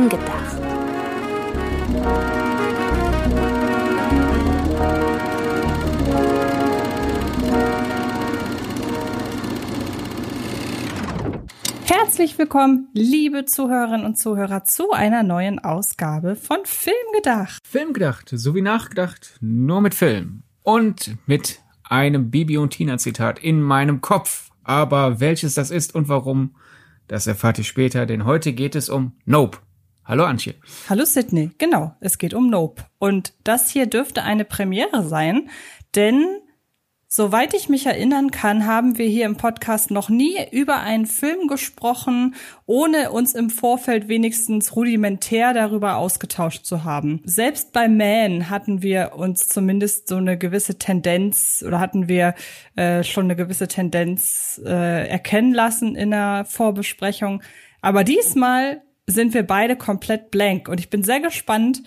Film gedacht. Herzlich willkommen, liebe Zuhörerinnen und Zuhörer, zu einer neuen Ausgabe von Film gedacht. Film gedacht, so wie nachgedacht, nur mit Film. Und mit einem Bibi und Tina Zitat in meinem Kopf. Aber welches das ist und warum, das erfahrt ihr später, denn heute geht es um Nope. Hallo Antje. Hallo Sydney, genau, es geht um Nope. Und das hier dürfte eine Premiere sein, denn soweit ich mich erinnern kann, haben wir hier im Podcast noch nie über einen Film gesprochen, ohne uns im Vorfeld wenigstens rudimentär darüber ausgetauscht zu haben. Selbst bei Man hatten wir uns zumindest so eine gewisse Tendenz oder hatten wir schon eine gewisse Tendenz erkennen lassen in der Vorbesprechung. Aber diesmal sind wir beide komplett blank und ich bin sehr gespannt,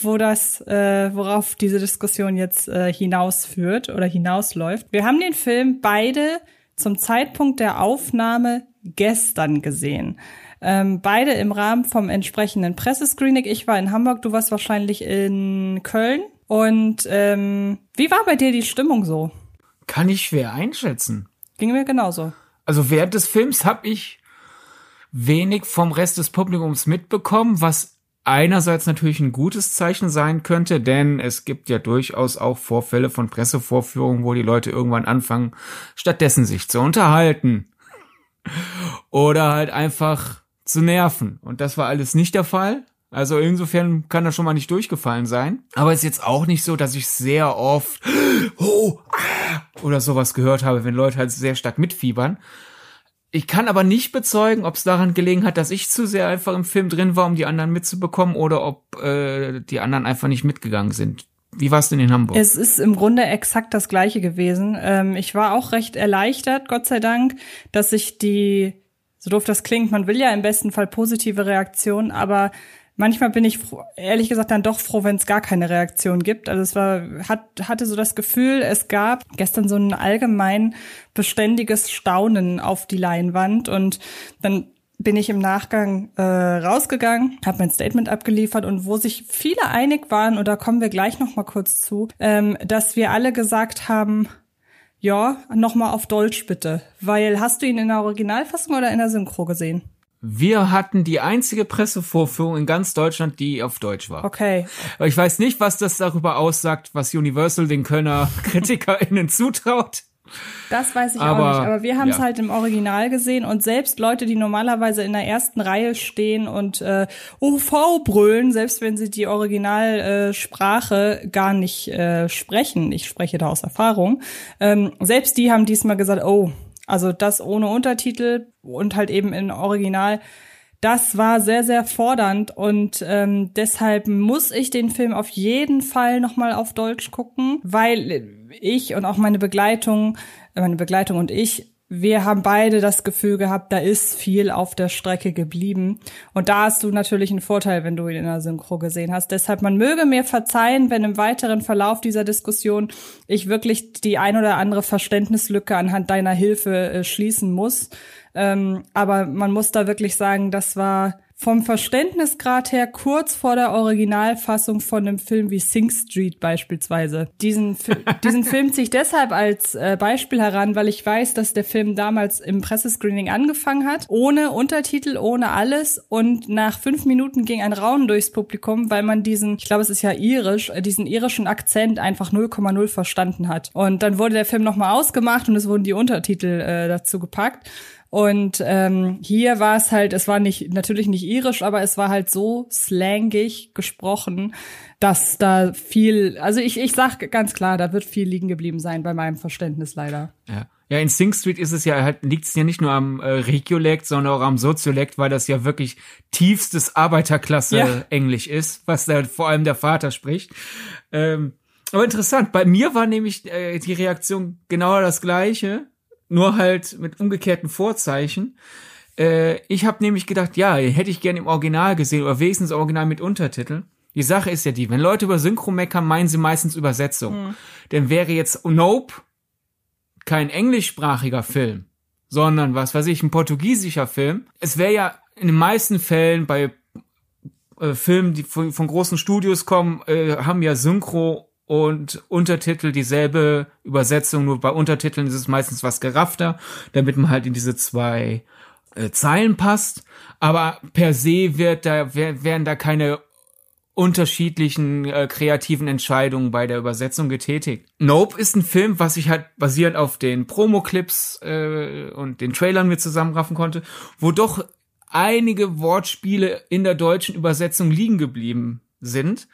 worauf diese Diskussion jetzt hinausführt oder hinausläuft. Wir haben den Film beide zum Zeitpunkt der Aufnahme gestern gesehen. Beide im Rahmen vom entsprechenden Pressescreening. Ich war in Hamburg, du warst wahrscheinlich in Köln. Und wie war bei dir die Stimmung so? Kann ich schwer einschätzen. Ging mir genauso. Also während des Films habe ich wenig vom Rest des Publikums mitbekommen, was einerseits natürlich ein gutes Zeichen sein könnte, denn es gibt ja durchaus auch Vorfälle von Pressevorführungen, wo die Leute irgendwann anfangen, stattdessen sich zu unterhalten oder halt einfach zu nerven. Und das war alles nicht der Fall. Also insofern kann das schon mal nicht durchgefallen sein. Aber es ist jetzt auch nicht so, dass ich sehr oft oder sowas gehört habe, wenn Leute halt sehr stark mitfiebern. Ich kann aber nicht bezeugen, ob es daran gelegen hat, dass ich zu sehr einfach im Film drin war, um die anderen mitzubekommen, oder ob die anderen einfach nicht mitgegangen sind. Wie war es denn in Hamburg? Es ist im Grunde exakt das Gleiche gewesen. Ich war auch recht erleichtert, Gott sei Dank, dass ich so doof das klingt, man will ja im besten Fall positive Reaktionen, aber manchmal bin ich ehrlich gesagt dann doch froh, wenn es gar keine Reaktion gibt. Also hatte so das Gefühl, es gab gestern so ein allgemein beständiges Staunen auf die Leinwand und dann bin ich im Nachgang rausgegangen, habe mein Statement abgeliefert und wo sich viele einig waren, und da kommen wir gleich noch mal kurz zu, dass wir alle gesagt haben, ja, noch mal auf Deutsch bitte. Weil, hast du ihn in der Originalfassung oder in der Synchro gesehen? Wir hatten die einzige Pressevorführung in ganz Deutschland, die auf Deutsch war. Okay. Aber ich weiß nicht, was das darüber aussagt, was Universal den Kölner KritikerInnen zutraut. Das weiß ich auch nicht, aber wir haben es halt im Original gesehen und selbst Leute, die normalerweise in der ersten Reihe stehen und OV brüllen, selbst wenn sie die Originalsprache gar nicht sprechen, ich spreche da aus Erfahrung, selbst die haben diesmal gesagt, oh, also das ohne Untertitel und halt eben in Original, das war sehr, sehr fordernd und deshalb muss ich den Film auf jeden Fall nochmal auf Deutsch gucken, weil ich und auch meine Begleitung und ich, wir haben beide das Gefühl gehabt, da ist viel auf der Strecke geblieben. Und da hast du natürlich einen Vorteil, wenn du ihn in der Synchro gesehen hast. Deshalb, man möge mir verzeihen, wenn im weiteren Verlauf dieser Diskussion ich wirklich die ein oder andere Verständnislücke anhand deiner Hilfe schließen muss. Aber man muss da wirklich sagen, das war vom Verständnisgrad her kurz vor der Originalfassung von einem Film wie Sing Street beispielsweise. Diesen Film ziehe ich deshalb als Beispiel heran, weil ich weiß, dass der Film damals im Pressescreening angefangen hat, ohne Untertitel, ohne alles, und nach 5 Minuten ging ein Raunen durchs Publikum, weil man ich glaube es ist ja irisch, diesen irischen Akzent einfach 0,0 verstanden hat. Und dann wurde der Film nochmal ausgemacht und es wurden die Untertitel dazu gepackt. Und hier war es halt, es war natürlich nicht irisch, aber es war halt so slangig gesprochen, dass da viel, also ich sag ganz klar, da wird viel liegen geblieben sein bei meinem Verständnis leider. Ja, in Sing Street ist es ja halt, liegt es ja nicht nur am Regiolekt, sondern auch am Soziolekt, weil das ja wirklich tiefstes Arbeiterklasse-Englisch ist, was da vor allem der Vater spricht. Aber interessant, bei mir war nämlich die Reaktion genau das Gleiche. Nur halt mit umgekehrten Vorzeichen. Ich habe nämlich gedacht, ja, hätte ich gerne im Original gesehen oder wenigstens Original mit Untertiteln. Die Sache ist ja die, wenn Leute über Synchro meckern, meinen sie meistens Übersetzung. Dann wäre jetzt Nope kein englischsprachiger Film, sondern was weiß ich, ein portugiesischer Film. Es wäre ja in den meisten Fällen bei Filmen, die von großen Studios kommen, haben ja Synchro und Untertitel dieselbe Übersetzung, nur bei Untertiteln ist es meistens was geraffter, damit man halt in diese 2 Zeilen passt. Aber per se werden da keine unterschiedlichen kreativen Entscheidungen bei der Übersetzung getätigt. Nope ist ein Film, was ich halt basierend auf den Promo-Clips und den Trailern mir zusammenraffen konnte, wo doch einige Wortspiele in der deutschen Übersetzung liegen geblieben sind.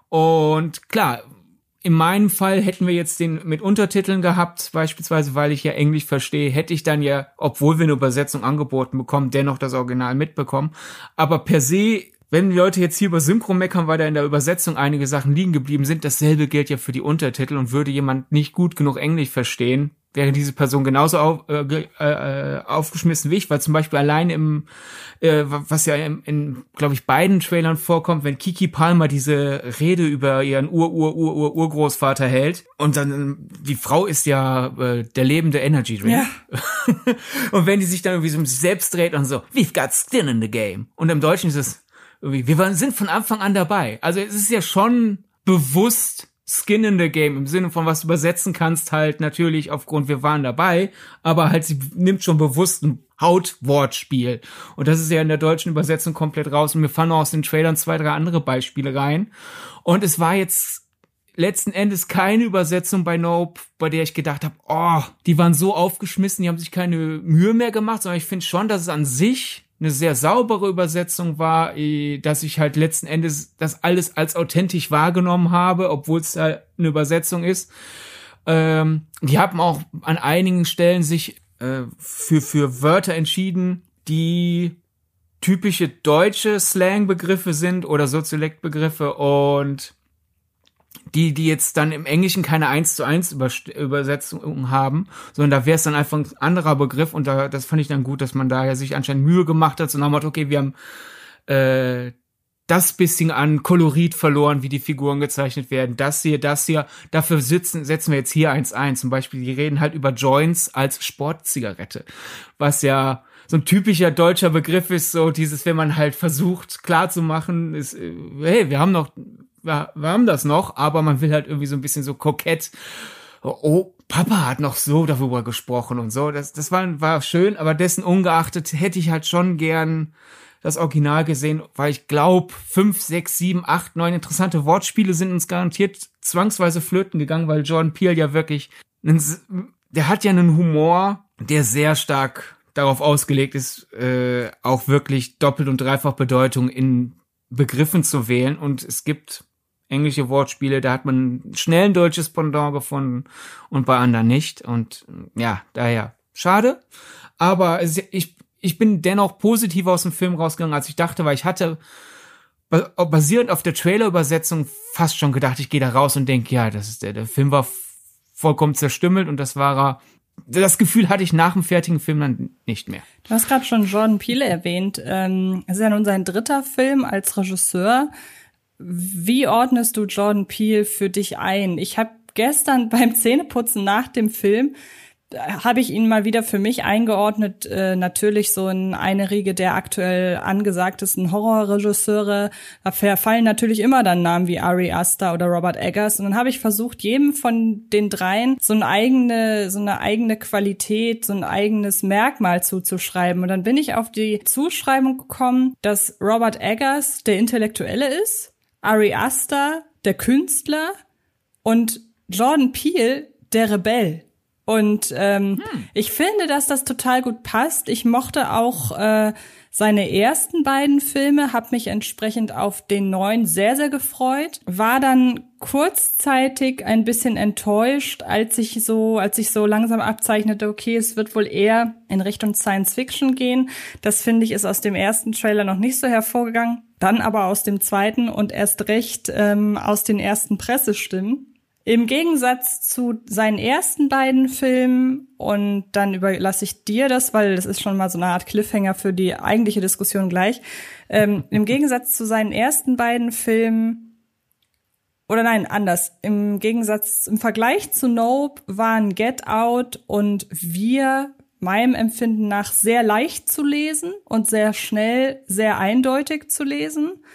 Und klar, in meinem Fall hätten wir jetzt den mit Untertiteln gehabt, beispielsweise, weil ich ja Englisch verstehe, hätte ich dann ja, obwohl wir eine Übersetzung angeboten bekommen, dennoch das Original mitbekommen. Aber per se, wenn die Leute jetzt hier über Synchro meckern, weil da in der Übersetzung einige Sachen liegen geblieben sind, dasselbe gilt ja für die Untertitel. Und würde jemand nicht gut genug Englisch verstehen, wäre diese Person genauso aufgeschmissen wie ich, weil zum Beispiel allein was ja in glaube ich, beiden Trailern vorkommt, wenn Keke Palmer diese Rede über ihren Urgroßvater hält und dann, die Frau ist ja der lebende Energy Drink. Ja. Und wenn die sich dann irgendwie so selbst dreht und so, we've got skin in the game. Und im Deutschen ist es irgendwie, wir sind von Anfang an dabei. Also es ist ja schon bewusst Skin in the Game, im Sinne von was du übersetzen kannst, halt natürlich aufgrund, wir waren dabei, aber halt sie nimmt schon bewusst ein Hautwortspiel. Und das ist ja in der deutschen Übersetzung komplett raus. Und mir fallen auch aus den Trailern 2, 3 andere Beispiele rein. Und es war jetzt letzten Endes keine Übersetzung bei Nope, bei der ich gedacht habe, oh, die waren so aufgeschmissen, die haben sich keine Mühe mehr gemacht, sondern ich finde schon, dass es an sich eine sehr saubere Übersetzung war, dass ich halt letzten Endes das alles als authentisch wahrgenommen habe, obwohl es halt eine Übersetzung ist. Die haben auch an einigen Stellen sich für Wörter entschieden, die typische deutsche Slang-Begriffe sind oder Soziolektbegriffe und die jetzt dann im Englischen keine 1:1 Übersetzung haben, sondern da wäre es dann einfach ein anderer Begriff und das fand ich dann gut, dass man da ja sich anscheinend Mühe gemacht hat und dann hat, okay, wir haben das bisschen an Kolorit verloren, wie die Figuren gezeichnet werden, das hier, dafür setzen wir jetzt hier 1 ein. Zum Beispiel, die reden halt über Joints als Sportzigarette, was ja so ein typischer deutscher Begriff ist, so dieses, wenn man halt versucht klarzumachen, ist, hey, wir haben das noch, aber man will halt irgendwie so ein bisschen so kokett, oh, Papa hat noch so darüber gesprochen und so, das war schön, aber dessen ungeachtet hätte ich halt schon gern das Original gesehen, weil ich glaube, 5, 6, 7, 8, 9 interessante Wortspiele sind uns garantiert zwangsweise flöten gegangen, weil Jordan Peele ja wirklich, der hat ja einen Humor, der sehr stark darauf ausgelegt ist, auch wirklich doppelt und dreifach Bedeutung in Begriffen zu wählen und es gibt englische Wortspiele, da hat man schnell ein deutsches Pendant gefunden und bei anderen nicht. Und ja, daher schade. Aber ich bin dennoch positiv aus dem Film rausgegangen, als ich dachte, weil ich hatte basierend auf der Trailer-Übersetzung fast schon gedacht, ich gehe da raus und denke, ja, das ist der Film war vollkommen zerstümmelt und das war er. Das Gefühl hatte ich nach dem fertigen Film dann nicht mehr. Du hast gerade schon Jordan Peele erwähnt. Es ist ja nun sein 3. Film als Regisseur. Wie ordnest du Jordan Peele für dich ein? Ich habe gestern beim Zähneputzen nach dem Film, habe ich ihn mal wieder für mich eingeordnet, natürlich so in eine Riege der aktuell angesagtesten Horrorregisseure. Da fallen natürlich immer dann Namen wie Ari Aster oder Robert Eggers. Und dann habe ich versucht, jedem von den dreien so eine eigene Qualität, so ein eigenes Merkmal zuzuschreiben. Und dann bin ich auf die Zuschreibung gekommen, dass Robert Eggers der Intellektuelle ist, Ari Aster der Künstler und Jordan Peele der Rebell. Und ich finde, dass das total gut passt. Ich mochte auch seine ersten beiden Filme, habe mich entsprechend auf den neuen sehr, sehr gefreut. War dann kurzzeitig ein bisschen enttäuscht, als sich so langsam abzeichnete, okay, es wird wohl eher in Richtung Science Fiction gehen. Das, finde ich, ist aus dem ersten Trailer noch nicht so hervorgegangen. Dann aber aus dem zweiten und erst recht aus den ersten Pressestimmen. Im Gegensatz zu seinen ersten beiden Filmen, und dann überlasse ich dir das, weil das ist schon mal so eine Art Cliffhanger für die eigentliche Diskussion gleich. Im Gegensatz zu seinen ersten beiden Filmen, oder nein, anders. Im Vergleich zu Nope waren Get Out und Wir meinem Empfinden nach sehr leicht zu lesen und sehr schnell, sehr eindeutig zu lesen.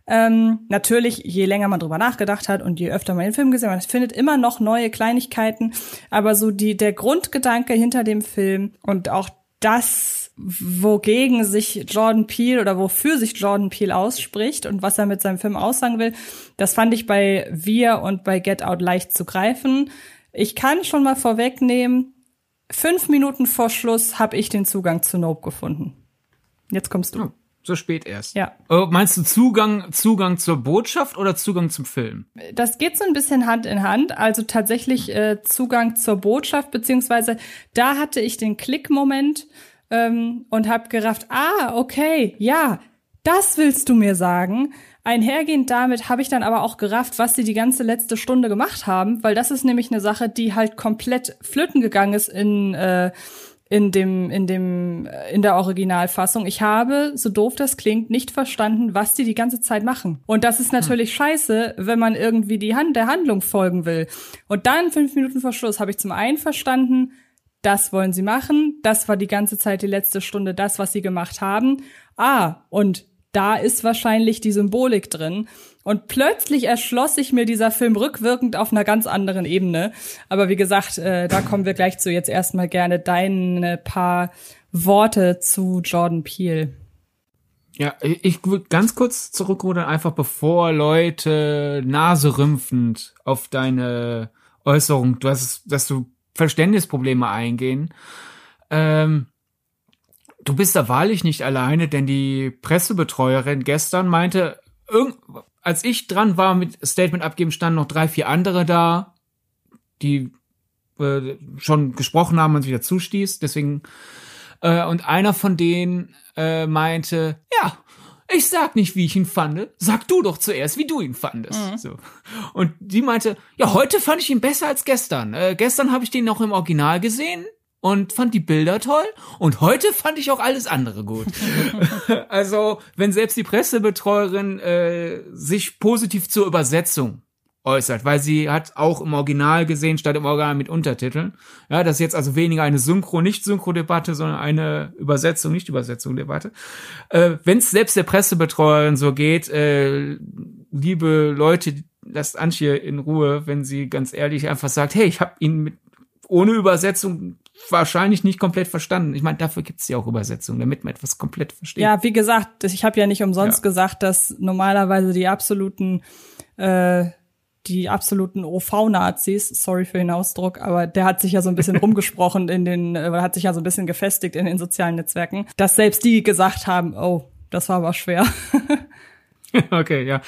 Natürlich, je länger man drüber nachgedacht hat und je öfter man den Film gesehen hat, man findet immer noch neue Kleinigkeiten, aber so der Grundgedanke hinter dem Film und auch das, wogegen sich Jordan Peele oder wofür sich Jordan Peele ausspricht und was er mit seinem Film aussagen will, das fand ich bei Wir und bei Get Out leicht zu greifen. Ich kann schon mal vorwegnehmen, 5 Minuten vor Schluss habe ich den Zugang zu Nope gefunden. Jetzt kommst du. Oh, so spät erst. Ja. Meinst du Zugang zur Botschaft oder Zugang zum Film? Das geht so ein bisschen Hand in Hand. Also tatsächlich Zugang zur Botschaft, beziehungsweise da hatte ich den Klickmoment und habe gerafft, okay, ja, das willst du mir sagen. Einhergehend damit habe ich dann aber auch gerafft, was sie die ganze letzte Stunde gemacht haben, weil das ist nämlich eine Sache, die halt komplett flöten gegangen ist in der Originalfassung. Ich habe, so doof das klingt, nicht verstanden, was die ganze Zeit machen. Und das ist natürlich scheiße, wenn man irgendwie der Handlung folgen will. Und dann 5 Minuten vor Schluss habe ich zum einen verstanden, das wollen sie machen. Das war die ganze Zeit die letzte Stunde das, was sie gemacht haben. Und da ist wahrscheinlich die Symbolik drin. Und plötzlich erschloss sich mir dieser Film rückwirkend auf einer ganz anderen Ebene. Aber wie gesagt, da kommen wir gleich zu. Jetzt erstmal gerne deine paar Worte zu Jordan Peele. Ja, ich würde ganz kurz zurückrudern, einfach bevor Leute naserümpfend auf deine Äußerung, dass du Verständnisprobleme eingehen. Du bist da wahrlich nicht alleine, denn die Pressebetreuerin gestern meinte, als ich dran war mit Statement abgeben, standen noch 3, 4 andere da, die schon gesprochen haben und sich dazu stieß. Deswegen und einer von denen meinte, ja, ich sag nicht, wie ich ihn fand. Sag du doch zuerst, wie du ihn fandest. Mhm. So. Und die meinte, ja, heute fand ich ihn besser als gestern. Gestern habe ich den noch im Original gesehen und fand die Bilder toll. Und heute fand ich auch alles andere gut. Also, wenn selbst die Pressebetreuerin sich positiv zur Übersetzung äußert, weil sie hat auch im Original gesehen, statt im Original mit Untertiteln. Ja, das ist jetzt also weniger eine Nicht-Synchro-Debatte, sondern eine Nicht-Übersetzung-Debatte. Wenn es selbst der Pressebetreuerin so geht, liebe Leute, lasst Antje in Ruhe, wenn sie ganz ehrlich einfach sagt, hey, ich habe ihn ohne Übersetzung wahrscheinlich nicht komplett verstanden. Ich meine, dafür gibt es ja auch Übersetzungen, damit man etwas komplett versteht. Ja, wie gesagt, ich habe ja nicht umsonst gesagt, dass normalerweise die absoluten OV-Nazis, sorry für den Ausdruck, aber der hat sich ja so ein bisschen rumgesprochen hat sich ja so ein bisschen gefestigt in den sozialen Netzwerken, dass selbst die gesagt haben, oh, das war aber schwer. Okay, ja.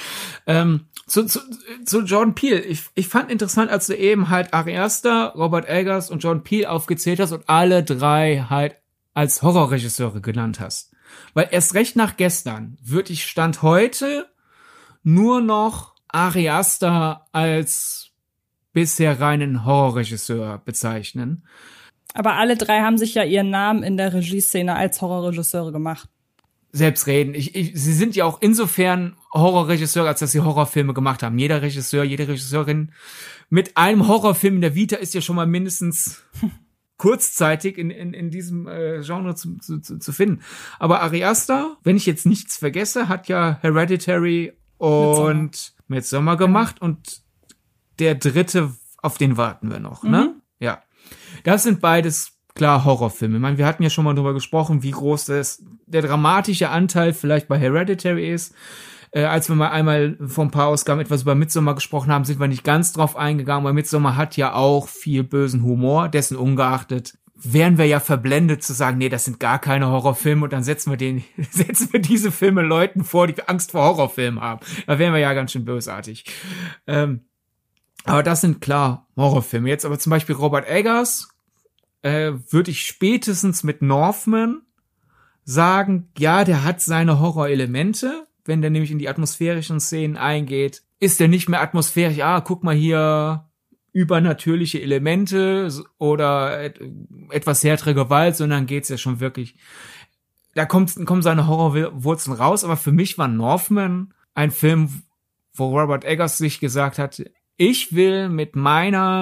Zu Jordan Peele. Ich fand interessant, als du eben halt Ari Aster, Robert Eggers und Jordan Peele aufgezählt hast und alle 3 halt als Horrorregisseure genannt hast. Weil erst recht nach gestern würde ich Stand heute nur noch Ari Aster als bisher reinen Horrorregisseur bezeichnen. Aber alle 3 haben sich ja ihren Namen in der Regieszene als Horrorregisseure gemacht. Selbstredend. Sie sind ja auch insofern Horrorregisseure, als dass sie Horrorfilme gemacht haben. Jeder Regisseur, jede Regisseurin mit einem Horrorfilm in der Vita ist ja schon mal mindestens kurzzeitig in diesem Genre zu finden. Aber Ari Aster, wenn ich jetzt nichts vergesse, hat ja Hereditary und Midsommar gemacht und der 3., auf den warten wir noch, ne? Ja. Das sind beides klar Horrorfilme. Ich meine, wir hatten ja schon mal drüber gesprochen, wie groß der dramatische Anteil vielleicht bei Hereditary ist. Als wir mal einmal vor ein paar Ausgaben etwas über Midsommar gesprochen haben, sind wir nicht ganz drauf eingegangen, weil Midsommar hat ja auch viel bösen Humor, dessen ungeachtet wären wir ja verblendet zu sagen, nee, das sind gar keine Horrorfilme und dann setzen wir diese Filme Leuten vor, die Angst vor Horrorfilmen haben. Da wären wir ja ganz schön bösartig. Aber das sind klar Horrorfilme. Jetzt aber zum Beispiel Robert Eggers, würde ich spätestens mit Northman sagen, ja, der hat seine Horrorelemente. Wenn der nämlich in die atmosphärischen Szenen eingeht, ist der nicht mehr atmosphärisch, guck mal hier, übernatürliche Elemente oder etwas härtere Gewalt, sondern geht's ja schon wirklich, da kommen seine Horrorwurzeln raus, aber für mich war Northman ein Film, wo Robert Eggers sich gesagt hat, ich will mit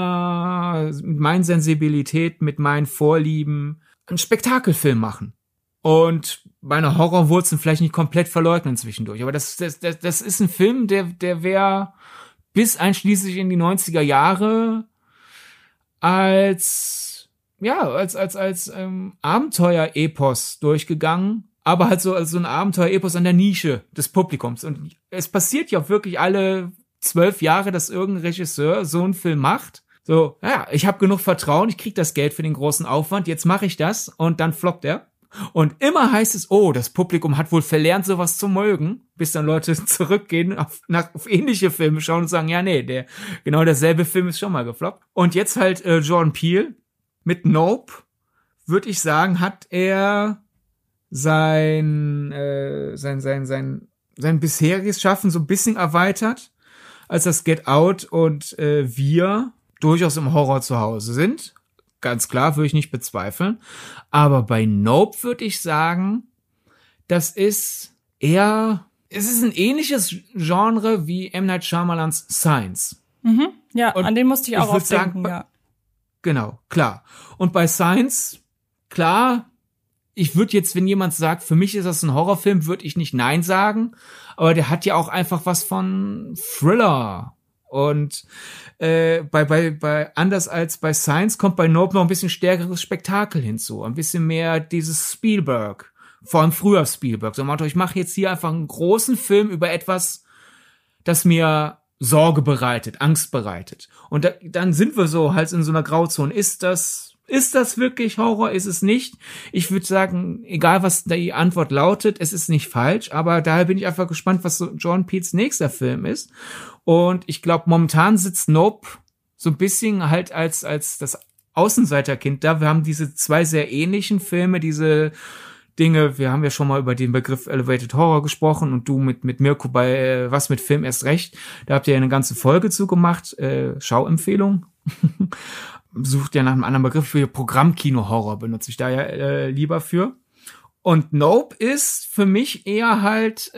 meiner Sensibilität, mit meinen Vorlieben einen Spektakelfilm machen. und meine Horrorwurzeln vielleicht nicht komplett verleugnen zwischendurch. Aber das ist ein Film, der wäre bis einschließlich in die 90er Jahre als Abenteuer-Epos durchgegangen, aber halt so als so ein Abenteuer-Epos an der Nische des Publikums. Und es passiert ja wirklich alle 12 Jahre, dass irgendein Regisseur so einen Film macht. So, ja, ich habe genug Vertrauen, ich krieg das Geld für den großen Aufwand, jetzt mache ich das und dann floppt er. Und immer heißt es, oh, das Publikum hat wohl verlernt, sowas zu mögen, bis dann Leute zurückgehen, auf ähnliche Filme schauen und sagen, ja, nee, genau derselbe Film ist schon mal gefloppt. Und jetzt halt Jordan Peele mit Nope, würde ich sagen, hat er sein bisheriges Schaffen so ein bisschen erweitert, als das Get Out und wir durchaus im Horror zu Hause sind. Ganz klar, würde ich nicht bezweifeln. Aber bei Nope würde ich sagen, es ist ein ähnliches Genre wie M. Night Shyamalans Signs. Mhm. Ja, und an den musste ich auch oft denken, ja. Genau, klar. Und bei Signs, klar, ich würde jetzt, wenn jemand sagt, für mich ist das ein Horrorfilm, würde ich nicht Nein sagen. Aber der hat ja auch einfach was von Thriller. Und bei anders als bei Signs kommt bei Nope noch ein bisschen stärkeres Spektakel hinzu, ein bisschen mehr dieses Spielberg, vor allem früher Spielberg. So, ich mache jetzt hier einfach einen großen Film über etwas, das mir Sorge bereitet, Angst bereitet. Und dann sind wir so halt in so einer Grauzone. Ist das wirklich Horror? Ist es nicht? Ich würde sagen, egal was die Antwort lautet, es ist nicht falsch, aber daher bin ich einfach gespannt, was so Jordan Peels nächster Film ist. Und ich glaube, momentan sitzt Nope so ein bisschen halt als das Außenseiterkind da. Wir haben diese zwei sehr ähnlichen Filme, diese Dinge, wir haben ja schon mal über den Begriff Elevated Horror gesprochen und du mit Mirko bei Was mit Film erst recht. Da habt ihr ja eine ganze Folge zugemacht, Schauempfehlung. Sucht ja nach einem anderen Begriff für Programmkino-Horror, benutze ich da ja lieber für. Und Nope ist für mich eher halt,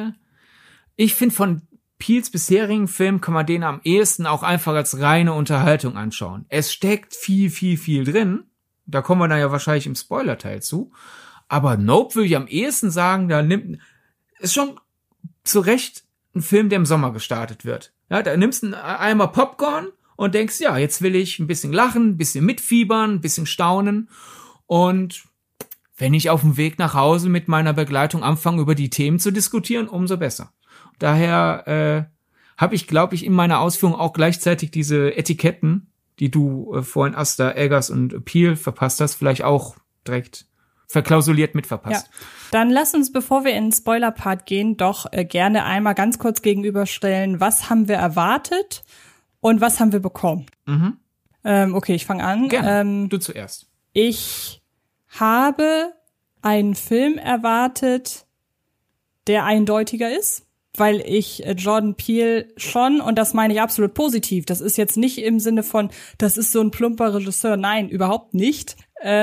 ich finde von Peels bisherigen Film kann man den am ehesten auch einfach als reine Unterhaltung anschauen. Es steckt viel, viel, viel drin. Da kommen wir dann ja wahrscheinlich im Spoiler-Teil zu. Aber Nope würde ich am ehesten sagen, ist schon zu Recht ein Film, der im Sommer gestartet wird. Ja, da nimmst du einmal Popcorn und denkst, ja, jetzt will ich ein bisschen lachen, ein bisschen mitfiebern, ein bisschen staunen. Und wenn ich auf dem Weg nach Hause mit meiner Begleitung anfange, über die Themen zu diskutieren, umso besser. Daher habe ich, glaube ich, in meiner Ausführung auch gleichzeitig diese Etiketten, die du vorhin Asta, Eggers und Peele verpasst hast, vielleicht auch direkt verklausuliert mitverpasst. Ja. Dann lass uns, bevor wir in den Spoiler-Part gehen, doch gerne einmal ganz kurz gegenüberstellen, was haben wir erwartet und was haben wir bekommen. Mhm. Okay, ich fange an. Gerne. Du zuerst. Ich habe einen Film erwartet, der eindeutiger ist, weil ich Jordan Peele schon, und das meine ich absolut positiv, das ist jetzt nicht im Sinne von, das ist so ein plumper Regisseur, nein, überhaupt nicht.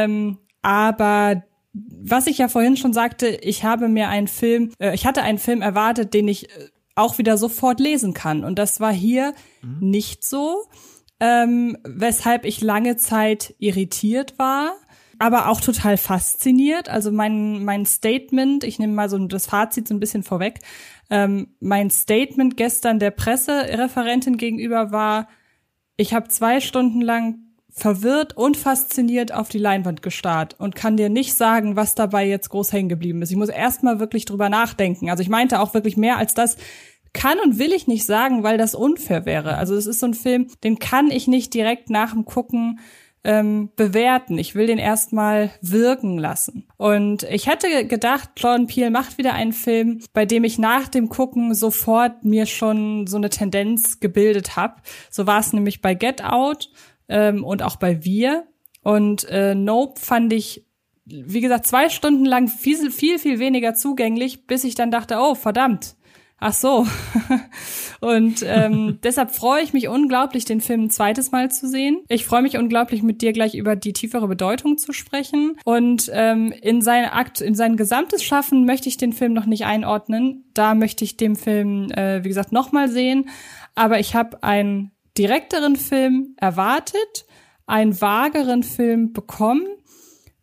Aber was ich ja vorhin schon sagte, ich hatte einen Film erwartet, den ich auch wieder sofort lesen kann. Und das war hier nicht so, weshalb ich lange Zeit irritiert war, aber auch total fasziniert. Also mein Statement, ich nehme mal so das Fazit so ein bisschen vorweg, mein Statement gestern der Pressereferentin gegenüber war, ich habe 2 Stunden lang verwirrt und fasziniert auf die Leinwand gestarrt und kann dir nicht sagen, was dabei jetzt groß hängen geblieben ist. Ich muss erstmal wirklich drüber nachdenken. Also ich meinte auch wirklich mehr als das kann und will ich nicht sagen, weil das unfair wäre. Also es ist so ein Film, den kann ich nicht direkt nach dem Gucken bewerten. Ich will den erstmal wirken lassen. Und ich hätte gedacht, Jordan Peele macht wieder einen Film, bei dem ich nach dem Gucken sofort mir schon so eine Tendenz gebildet habe. So war es nämlich bei Get Out und auch bei Wir. Und Nope fand ich, wie gesagt, 2 Stunden lang viel, viel weniger zugänglich, bis ich dann dachte, oh, verdammt. Ach so. Und deshalb freue ich mich unglaublich, den Film ein zweites Mal zu sehen. Ich freue mich unglaublich, mit dir gleich über die tiefere Bedeutung zu sprechen. Und in sein gesamtes Schaffen möchte ich den Film noch nicht einordnen. Da möchte ich den Film, wie gesagt, nochmal sehen. Aber ich habe einen direkteren Film erwartet, einen vageren Film bekommen.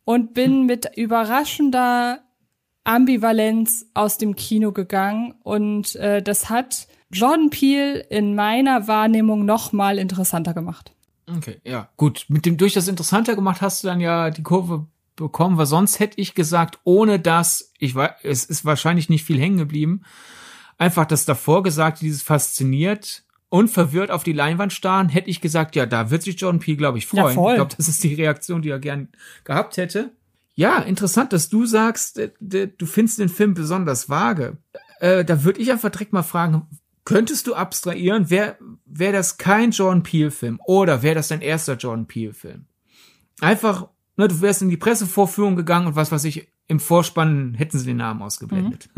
und bin mit überraschender Ambivalenz aus dem Kino gegangen und das hat Jordan Peele in meiner Wahrnehmung noch mal interessanter gemacht. Okay, ja, gut. Durch das interessanter gemacht hast du dann ja die Kurve bekommen, weil sonst hätte ich gesagt, ohne das, es ist wahrscheinlich nicht viel hängen geblieben, einfach das davor gesagt, dieses fasziniert und verwirrt auf die Leinwand starren, hätte ich gesagt, ja, da wird sich Jordan Peele, glaube ich, freuen. Ja, ich glaube, das ist die Reaktion, die er gern gehabt hätte. Ja, interessant, dass du sagst, du findest den Film besonders vage. Da würde ich einfach direkt mal fragen, könntest du abstrahieren, wäre das kein Jordan Peele-Film oder wäre das dein erster Jordan Peele-Film? Einfach, ne, du wärst in die Pressevorführung gegangen und was weiß ich, im Vorspann hätten sie den Namen ausgeblendet.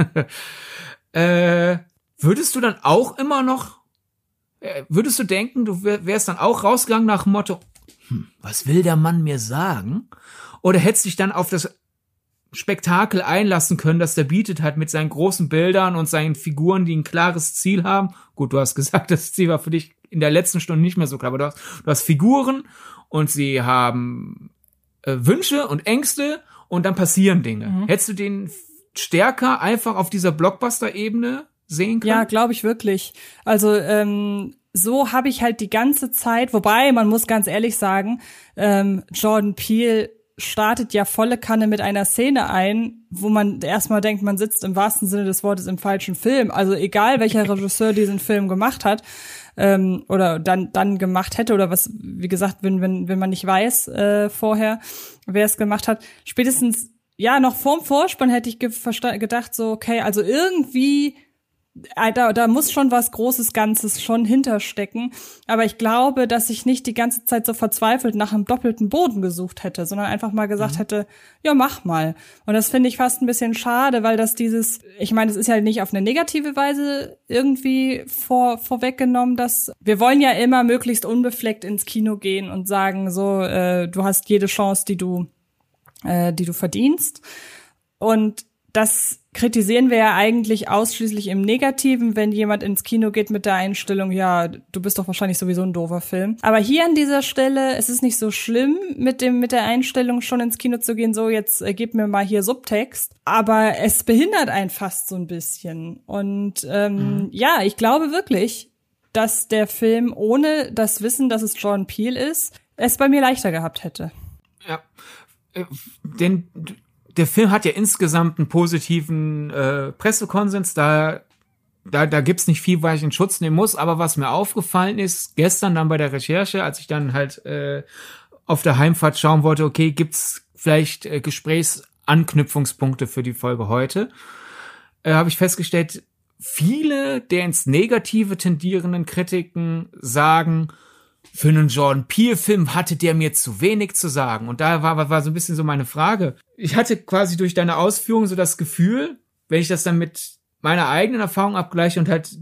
Würdest du dann auch immer noch, würdest du denken, du wärst dann auch rausgegangen nach dem Motto, was will der Mann mir sagen? Oder hättest dich dann auf das Spektakel einlassen können, das der bietet hat mit seinen großen Bildern und seinen Figuren, die ein klares Ziel haben. Gut, du hast gesagt, das Ziel war für dich in der letzten Stunde nicht mehr so klar, aber du hast Figuren und sie haben Wünsche und Ängste und dann passieren Dinge. Hättest du den stärker einfach auf dieser Blockbuster-Ebene sehen können? Ja, glaube ich wirklich. Also so habe ich halt die ganze Zeit, wobei man muss ganz ehrlich sagen, Jordan Peele startet ja volle Kanne mit einer Szene ein, wo man erstmal denkt, man sitzt im wahrsten Sinne des Wortes im falschen Film. Also egal, welcher Regisseur diesen Film gemacht hat oder dann gemacht hätte oder was, wie gesagt, wenn man nicht weiß vorher, wer es gemacht hat, spätestens ja noch vorm Vorspann hätte ich gedacht so, okay, also irgendwie da muss schon was Großes Ganzes schon hinterstecken. Aber ich glaube, dass ich nicht die ganze Zeit so verzweifelt nach einem doppelten Boden gesucht hätte, sondern einfach mal gesagt hätte, ja, mach mal. Und das finde ich fast ein bisschen schade, weil das ich meine, es ist ja nicht auf eine negative Weise irgendwie vorweggenommen, dass wir wollen ja immer möglichst unbefleckt ins Kino gehen und sagen so, du hast jede Chance, die du verdienst. Und das kritisieren wir ja eigentlich ausschließlich im Negativen, wenn jemand ins Kino geht mit der Einstellung, ja, du bist doch wahrscheinlich sowieso ein doofer Film. Aber hier an dieser Stelle, es ist nicht so schlimm, mit der Einstellung schon ins Kino zu gehen, so jetzt gib mir mal hier Subtext. Aber es behindert einen fast so ein bisschen. Und ja, ich glaube wirklich, dass der Film ohne das Wissen, dass es Jordan Peele ist, es bei mir leichter gehabt hätte. Ja, denn der Film hat ja insgesamt einen positiven Pressekonsens, da gibt's nicht viel, weil ich in Schutz nehmen muss, aber was mir aufgefallen ist, gestern dann bei der Recherche, als ich dann halt auf der Heimfahrt schauen wollte, okay, gibt's vielleicht Gesprächsanknüpfungspunkte für die Folge heute, habe ich festgestellt, viele der ins Negative tendierenden Kritiken sagen, für einen Jordan Peele-Film hatte der mir zu wenig zu sagen. Und da war so ein bisschen so meine Frage. Ich hatte quasi durch deine Ausführungen so das Gefühl, wenn ich das dann mit meiner eigenen Erfahrung abgleiche und halt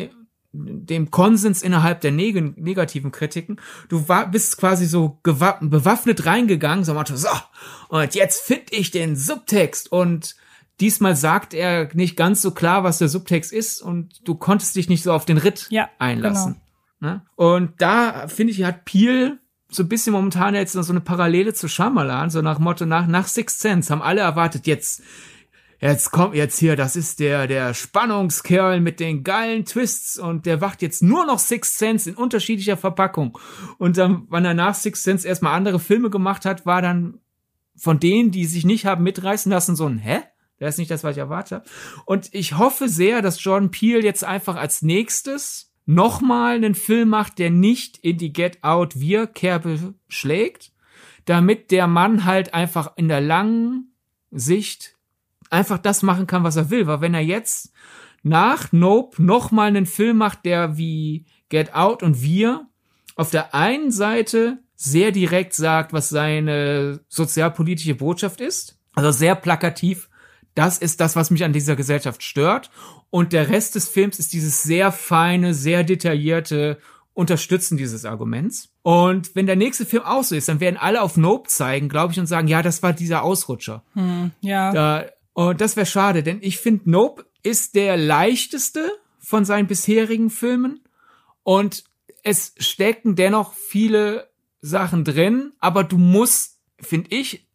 dem Konsens innerhalb der negativen Kritiken, du bist quasi so bewaffnet reingegangen, so Motto, so, und jetzt finde ich den Subtext. Und diesmal sagt er nicht ganz so klar, was der Subtext ist, und du konntest dich nicht so auf den Ritt einlassen. Genau. Ne? Und da, finde ich, hat Peele so ein bisschen momentan jetzt so eine Parallele zu Shyamalan, so nach Motto, nach Sixth Sense haben alle erwartet, jetzt kommt jetzt hier, das ist der Spannungskerl mit den geilen Twists und der wacht jetzt nur noch Sixth Sense in unterschiedlicher Verpackung. Und dann, wenn er nach Sixth Sense erstmal andere Filme gemacht hat, war dann von denen, die sich nicht haben mitreißen lassen, so ein Das ist nicht das, was ich erwartet habe. Und ich hoffe sehr, dass Jordan Peele jetzt einfach als nächstes nochmal einen Film macht, der nicht in die Get Out Wir-Kerbe schlägt, damit der Mann halt einfach in der langen Sicht einfach das machen kann, was er will. Weil wenn er jetzt nach Nope nochmal einen Film macht, der wie Get Out und Wir auf der einen Seite sehr direkt sagt, was seine sozialpolitische Botschaft ist, also sehr plakativ, das ist das, was mich an dieser Gesellschaft stört. Und der Rest des Films ist dieses sehr feine, sehr detaillierte Unterstützen dieses Arguments. Und wenn der nächste Film auch so ist, dann werden alle auf Nope zeigen, glaube ich, und sagen, ja, das war dieser Ausrutscher. Ja. Und das wäre schade, denn ich finde, Nope ist der leichteste von seinen bisherigen Filmen. Und es stecken dennoch viele Sachen drin, aber du musst, finde ich,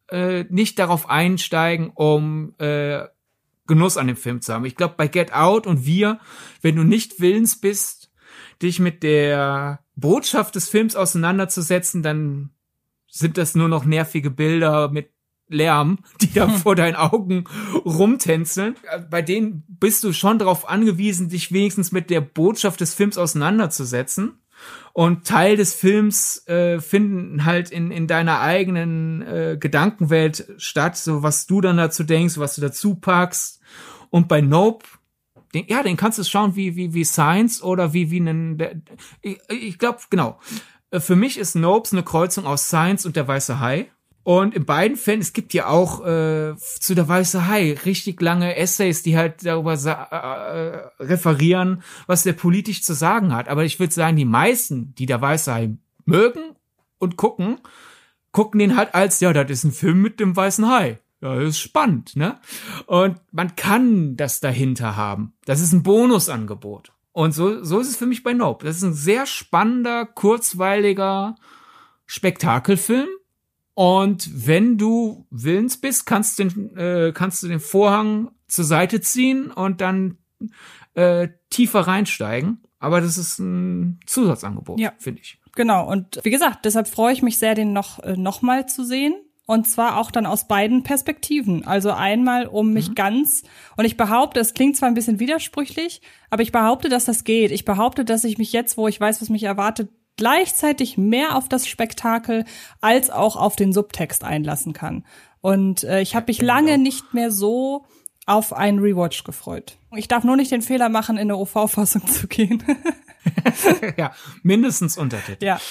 nicht darauf einsteigen, um Genuss an dem Film zu haben. Ich glaube, bei Get Out und wenn du nicht willens bist, dich mit der Botschaft des Films auseinanderzusetzen, dann sind das nur noch nervige Bilder mit Lärm, die da vor deinen Augen rumtänzeln. Bei denen bist du schon darauf angewiesen, dich wenigstens mit der Botschaft des Films auseinanderzusetzen. Und Teil des Films finden halt in deiner eigenen Gedankenwelt statt, so was du dann dazu denkst, was du dazu packst. Und bei Nope, den kannst du schauen wie Science oder ich glaube, genau. Für mich ist Nope eine Kreuzung aus Science und Der weiße Hai. Und in beiden Fällen, es gibt ja auch zu Der weiße Hai richtig lange Essays, die halt darüber referieren, was der politisch zu sagen hat. Aber ich würde sagen, die meisten, die Der weiße Hai mögen und gucken den halt als, ja, das ist ein Film mit dem weißen Hai. Ja, das ist spannend, ne? Und man kann das dahinter haben. Das ist ein Bonusangebot. Und so ist es für mich bei Nope. Das ist ein sehr spannender, kurzweiliger Spektakelfilm. Und wenn du willens bist, kannst du den Vorhang zur Seite ziehen und dann tiefer reinsteigen. Aber das ist ein Zusatzangebot, finde ich. Genau. Und wie gesagt, deshalb freue ich mich sehr, den noch mal zu sehen. Und zwar auch dann aus beiden Perspektiven. Also einmal und ich behaupte, es klingt zwar ein bisschen widersprüchlich, aber ich behaupte, dass das geht. Ich behaupte, dass ich mich jetzt, wo ich weiß, was mich erwartet, gleichzeitig mehr auf das Spektakel als auch auf den Subtext einlassen kann. Und ich habe mich lange nicht mehr so auf einen Rewatch gefreut. Ich darf nur nicht den Fehler machen, in eine OV-Fassung zu gehen. Ja, mindestens Untertitel. Ja.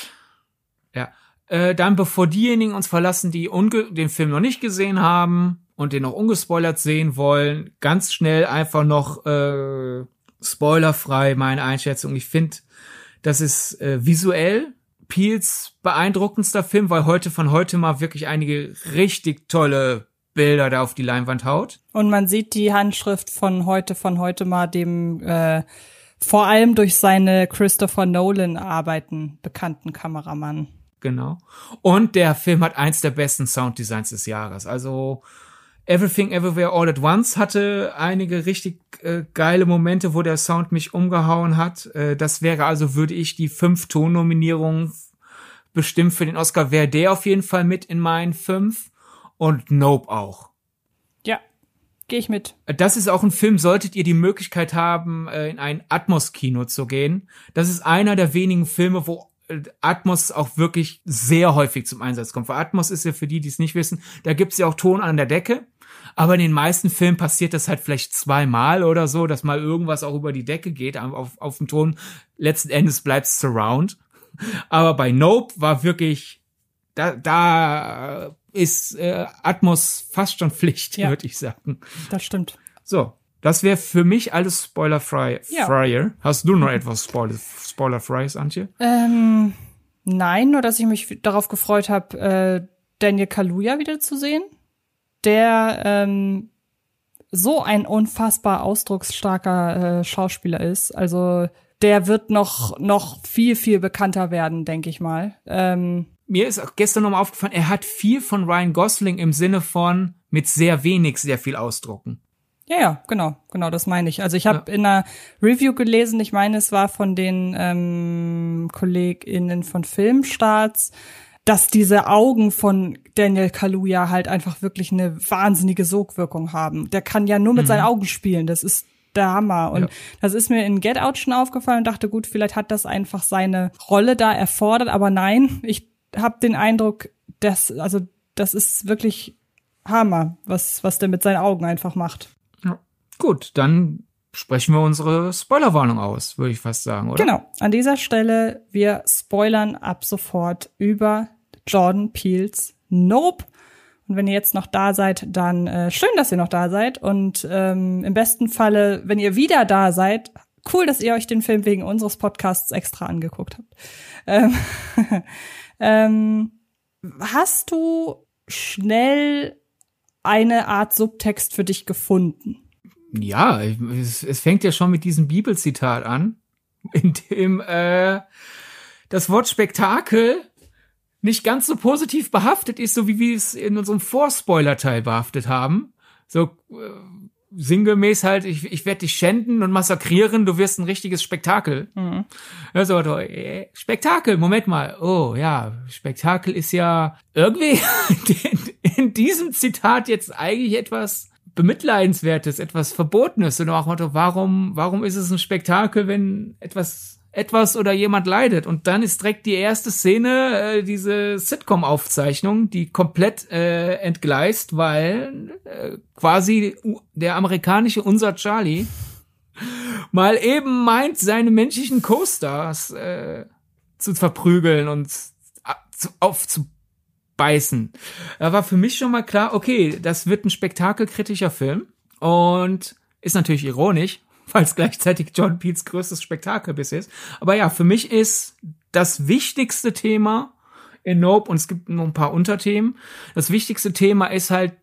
Dann, bevor diejenigen uns verlassen, die den Film noch nicht gesehen haben und den noch ungespoilert sehen wollen, ganz schnell einfach noch spoilerfrei meine Einschätzung. Ich finde, das ist visuell Peels beeindruckendster Film, weil von heute mal wirklich einige richtig tolle Bilder da auf die Leinwand haut. Und man sieht die Handschrift von heute mal dem vor allem durch seine Christopher Nolan-Arbeiten bekannten Kameramann. Genau. Und der Film hat eins der besten Sounddesigns des Jahres. Also Everything Everywhere All at Once hatte einige richtig geile Momente, wo der Sound mich umgehauen hat. Das wäre also, würde ich die 5 Tonnominierungen bestimmt für den Oscar, wäre der auf jeden Fall mit in meinen 5 und Nope auch. Ja, gehe ich mit. Das ist auch ein Film, solltet ihr die Möglichkeit haben, in ein Atmos-Kino zu gehen. Das ist einer der wenigen Filme, wo Atmos auch wirklich sehr häufig zum Einsatz kommt. Weil Atmos ist ja, für die es nicht wissen, da gibt's ja auch Ton an der Decke. Aber in den meisten Filmen passiert das halt vielleicht 2-mal oder so, dass mal irgendwas auch über die Decke geht auf dem Ton. Letzten Endes bleibt's Surround. Aber bei Nope war wirklich, da ist Atmos fast schon Pflicht, würde ich sagen. Das stimmt. So, das wäre für mich alles spoilerfrei. Ja. Hast du noch etwas Spoilerfreies, Antje? Nein, nur dass ich mich darauf gefreut habe, Daniel Kaluuya wiederzusehen, der so ein unfassbar ausdrucksstarker Schauspieler ist. Also der wird noch viel, viel bekannter werden, denke ich mal. Mir ist auch gestern nochmal aufgefallen, er hat viel von Ryan Gosling im Sinne von mit sehr wenig sehr viel ausdrucken. Ja, genau, das meine ich. Also ich habe in einer Review gelesen, ich meine, es war von den KollegInnen von Filmstarts, dass diese Augen von Daniel Kaluuya halt einfach wirklich eine wahnsinnige Sogwirkung haben. Der kann ja nur mit seinen Augen spielen, das ist der Hammer. Und das ist mir in Get Out schon aufgefallen und dachte, gut, vielleicht hat das einfach seine Rolle da erfordert, aber nein, ich habe den Eindruck, das ist wirklich Hammer, was der mit seinen Augen einfach macht. Ja. Gut, dann sprechen wir unsere Spoilerwarnung aus, würde ich fast sagen, oder? Genau, an dieser Stelle, wir spoilern ab sofort über Jordan Peels Nope. Und wenn ihr jetzt noch da seid, dann schön, dass ihr noch da seid. Und im besten Falle, wenn ihr wieder da seid, cool, dass ihr euch den Film wegen unseres Podcasts extra angeguckt habt. Hast du schnell eine Art Subtext für dich gefunden? Ja, es fängt ja schon mit diesem Bibelzitat an, in dem das Wort Spektakel nicht ganz so positiv behaftet ist, so wie wir es in unserem Vorspoiler-Teil behaftet haben. So sinngemäß halt, ich werde dich schänden und massakrieren, du wirst ein richtiges Spektakel. Mhm. Also, Spektakel, Moment mal. Oh ja, Spektakel ist ja irgendwie in diesem Zitat jetzt eigentlich etwas Bemitleidenswertes, etwas Verbotenes. Und auch Motto, warum ist es ein Spektakel, wenn etwas oder jemand leidet? Und dann ist direkt die erste Szene, diese Sitcom-Aufzeichnung, die komplett entgleist, weil quasi der amerikanische Unser Charlie mal eben meint, seine menschlichen Co-Stars zu verprügeln und aufzubeißen. Da war für mich schon mal klar, okay, das wird ein spektakelkritischer Film und ist natürlich ironisch, weil es gleichzeitig John Peets größtes Spektakel bisher ist. Aber ja, für mich ist das wichtigste Thema in Nope, und es gibt noch ein paar Unterthemen, das wichtigste Thema ist halt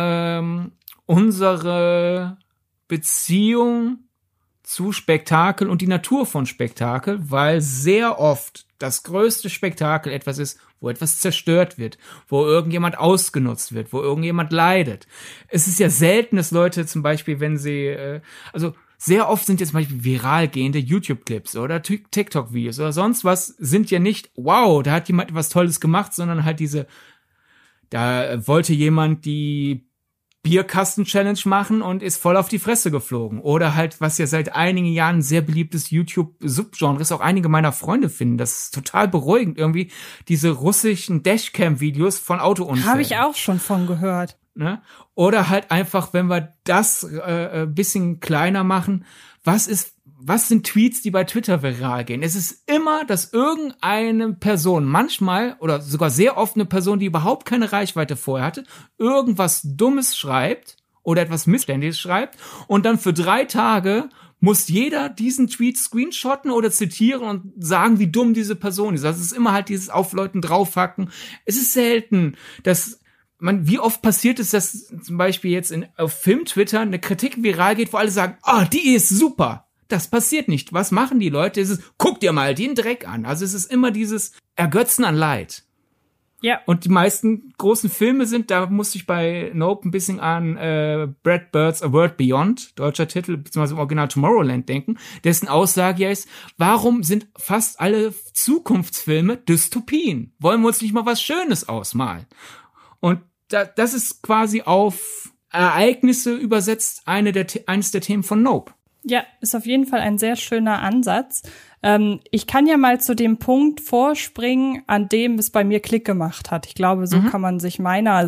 unsere Beziehung zu Spektakel und die Natur von Spektakel, weil sehr oft das größte Spektakel etwas ist, wo etwas zerstört wird, wo irgendjemand ausgenutzt wird, wo irgendjemand leidet. Es ist ja selten, dass Leute zum Beispiel, wenn sie, sehr oft sind jetzt zum Beispiel viral gehende YouTube-Clips oder TikTok-Videos oder sonst was, sind ja nicht, wow, da hat jemand etwas Tolles gemacht, sondern halt da wollte jemand die Bierkasten-Challenge machen und ist voll auf die Fresse geflogen. Oder halt, was ja seit einigen Jahren ein sehr beliebtes YouTube-Subgenre ist, auch einige meiner Freunde finden. Das ist total beruhigend irgendwie, diese russischen Dashcam-Videos von Autounfällen. Habe ich auch schon von gehört. Ne? Oder halt einfach, wenn wir das bisschen kleiner machen, was sind Tweets, die bei Twitter viral gehen? Es ist immer, dass irgendeine Person, manchmal oder sogar sehr oft eine Person, die überhaupt keine Reichweite vorher hatte, irgendwas Dummes schreibt oder etwas Missständiges schreibt und dann für 3 Tage muss jeder diesen Tweet screenshotten oder zitieren und sagen, wie dumm diese Person ist. Also es ist immer halt dieses auf Leuten draufhacken. Es ist selten, dass wie oft passiert es, dass zum Beispiel jetzt auf Film-Twitter eine Kritik viral geht, wo alle sagen, die ist super. Das passiert nicht. Was machen die Leute? Es ist, guck dir mal den Dreck an. Also es ist immer dieses Ergötzen an Leid. Ja. Und die meisten großen Filme da musste ich bei Nope ein bisschen an Brad Bird's A World Beyond, deutscher Titel, beziehungsweise im Original Tomorrowland denken, dessen Aussage ja ist, warum sind fast alle Zukunftsfilme Dystopien? Wollen wir uns nicht mal was Schönes ausmalen? Und das ist quasi auf Ereignisse übersetzt eines der Themen von Nope. Ja, ist auf jeden Fall ein sehr schöner Ansatz. Ich kann ja mal zu dem Punkt vorspringen, an dem es bei mir Klick gemacht hat. Ich glaube, so kann man sich meiner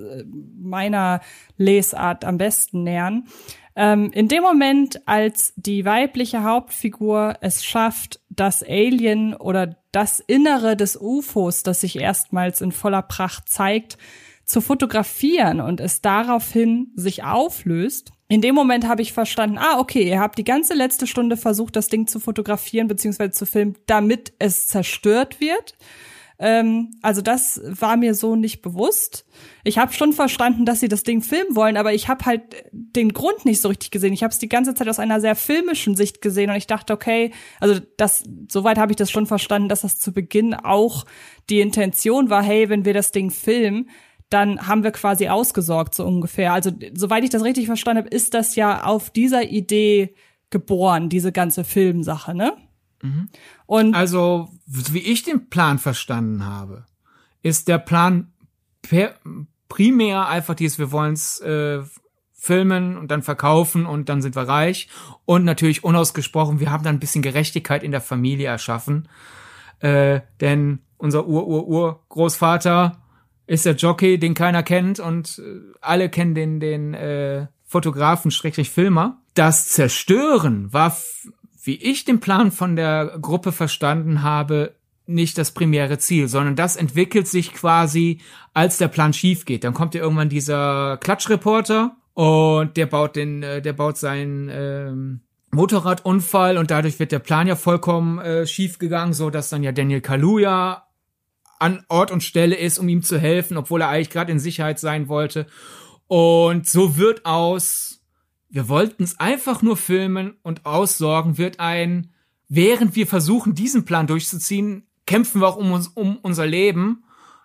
Lesart am besten nähern. In dem Moment, als die weibliche Hauptfigur es schafft, das Alien oder das Innere des UFOs, das sich erstmals in voller Pracht zeigt, zu fotografieren und es daraufhin sich auflöst. In dem Moment habe ich verstanden, okay, ihr habt die ganze letzte Stunde versucht, das Ding zu fotografieren bzw. zu filmen, damit es zerstört wird. Also das war mir so nicht bewusst. Ich habe schon verstanden, dass sie das Ding filmen wollen, aber ich habe halt den Grund nicht so richtig gesehen. Ich habe es die ganze Zeit aus einer sehr filmischen Sicht gesehen und ich dachte, okay, also soweit habe ich das schon verstanden, dass das zu Beginn auch die Intention war, hey, wenn wir das Ding filmen, dann haben wir quasi ausgesorgt, so ungefähr. Also soweit ich das richtig verstanden habe, ist das ja auf dieser Idee geboren, diese ganze Filmsache, ne? Mhm. Und also, wie ich den Plan verstanden habe, ist der Plan primär einfach wir wollen es filmen und dann verkaufen und dann sind wir reich. Und natürlich unausgesprochen, wir haben dann ein bisschen Gerechtigkeit in der Familie erschaffen. Denn unser Urgroßvater ist der Jockey, den keiner kennt und alle kennen den Fotografen Filmer. Das Zerstören war, wie ich den Plan von der Gruppe verstanden habe, nicht das primäre Ziel, sondern das entwickelt sich quasi, als der Plan schief geht. Dann kommt ja irgendwann dieser Klatschreporter und der baut seinen Motorradunfall und dadurch wird der Plan ja vollkommen schief gegangen, so dass dann ja Daniel Kaluuya an Ort und Stelle ist, um ihm zu helfen, obwohl er eigentlich gerade in Sicherheit sein wollte. Und so wird wir wollten es einfach nur filmen und aussorgen, während wir versuchen, diesen Plan durchzuziehen, kämpfen wir auch um unser Leben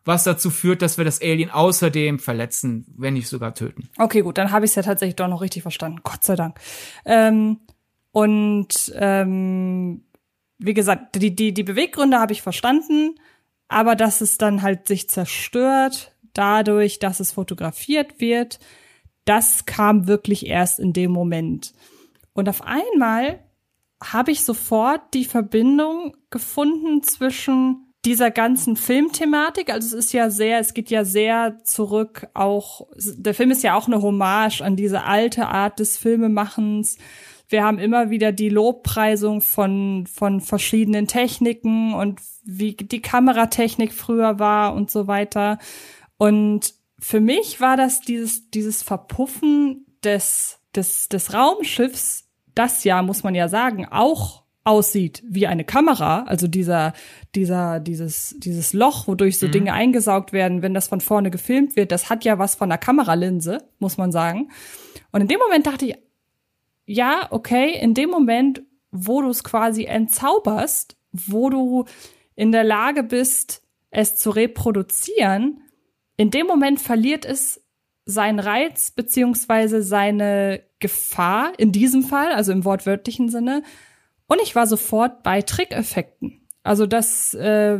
was dazu führt, dass wir das Alien außerdem verletzen, wenn nicht sogar töten. Okay, gut, dann habe ich es ja tatsächlich doch noch richtig verstanden. Gott sei Dank. Wie gesagt, die Beweggründe habe ich verstanden, aber dass es dann halt sich zerstört dadurch, dass es fotografiert wird, das kam wirklich erst in dem Moment. Und auf einmal habe ich sofort die Verbindung gefunden zwischen dieser ganzen Filmthematik. Also es geht ja sehr zurück auch, der Film ist ja auch eine Hommage an diese alte Art des Filmemachens. Wir haben immer wieder die Lobpreisung von verschiedenen Techniken und wie die Kameratechnik früher war und so weiter. Und für mich war das dieses Verpuffen des Raumschiffs, das ja, muss man ja sagen, auch aussieht wie eine Kamera, also dieses Loch, wodurch so Dinge eingesaugt werden, wenn das von vorne gefilmt wird, das hat ja was von einer Kameralinse, muss man sagen. Und in dem Moment dachte ich, ja, okay, in dem Moment, wo du es quasi entzauberst, wo du in der Lage bist, es zu reproduzieren, in dem Moment verliert es seinen Reiz beziehungsweise seine Gefahr, in diesem Fall, also im wortwörtlichen Sinne. Und ich war sofort bei Trickeffekten. Also, dass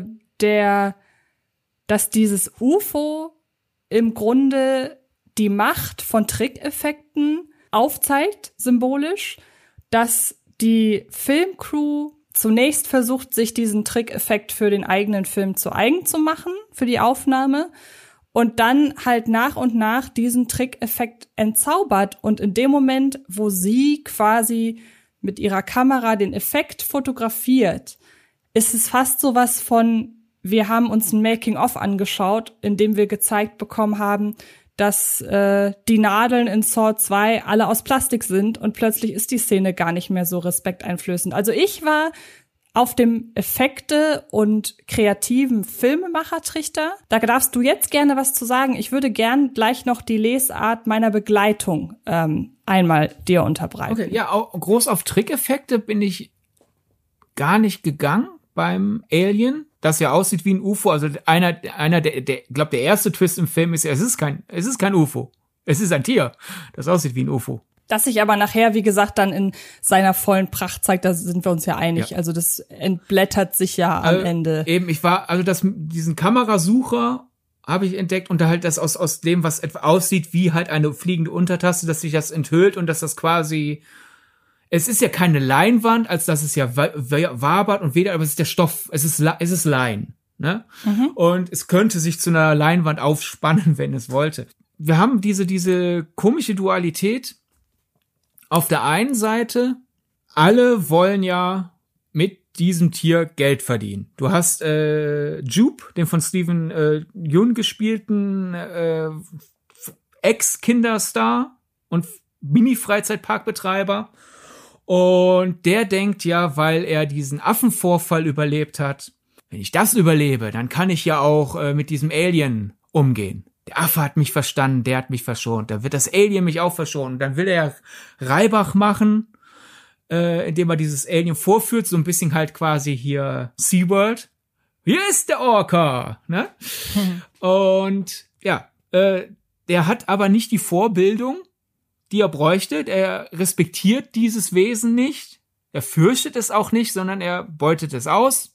dieses UFO im Grunde die Macht von Trickeffekten aufzeigt, symbolisch, dass die Filmcrew zunächst versucht, sich diesen Trickeffekt für den eigenen Film zu eigen zu machen, für die Aufnahme, und dann halt nach und nach diesen Trickeffekt entzaubert. Und in dem Moment, wo sie quasi mit ihrer Kamera den Effekt fotografiert, ist es fast sowas von, wir haben uns ein Making-of angeschaut, in dem wir gezeigt bekommen haben, dass die Nadeln in Saw 2 alle aus Plastik sind und plötzlich ist die Szene gar nicht mehr so respekteinflößend. Also ich war auf dem Effekte- und kreativen Filmemacher-Trichter. Da darfst du jetzt gerne was zu sagen. Ich würde gern gleich noch die Lesart meiner Begleitung einmal dir unterbreiten. Okay, ja, groß auf Trickeffekte bin ich gar nicht gegangen beim Alien, das ja aussieht wie ein UFO. Also einer der glaube, der erste Twist im Film ist ja, es ist kein UFO. Es ist ein Tier, das aussieht wie ein UFO. Das sich aber nachher, wie gesagt, dann in seiner vollen Pracht zeigt, da sind wir uns ja einig. Ja. Also das entblättert sich ja am Ende. Eben, diesen Kamerasucher habe ich entdeckt und da halt das aus dem, was etwa aussieht wie halt eine fliegende Untertasse, dass sich das enthüllt und dass das quasi, es ist ja keine Leinwand, als dass es ja wabert und wedert, aber es ist der Stoff, es ist Lein, ne? Mhm. Und es könnte sich zu einer Leinwand aufspannen, wenn es wollte. Wir haben diese komische Dualität. Auf der einen Seite, alle wollen ja mit diesem Tier Geld verdienen. Du hast Jupe, den von Steven Yeun gespielten Ex-Kinderstar und Mini-Freizeitparkbetreiber. Und der denkt ja, weil er diesen Affenvorfall überlebt hat, wenn ich das überlebe, dann kann ich ja auch mit diesem Alien umgehen. Der Affe hat mich verstanden, der hat mich verschont. Dann wird das Alien mich auch verschonen. Dann will er Reibach machen, indem er dieses Alien vorführt, so ein bisschen halt quasi hier SeaWorld. Hier ist der Orca, ne? Und ja, der hat aber nicht die Vorbildung, die er bräuchte. Er respektiert dieses Wesen nicht. Er fürchtet es auch nicht, sondern er beutet es aus.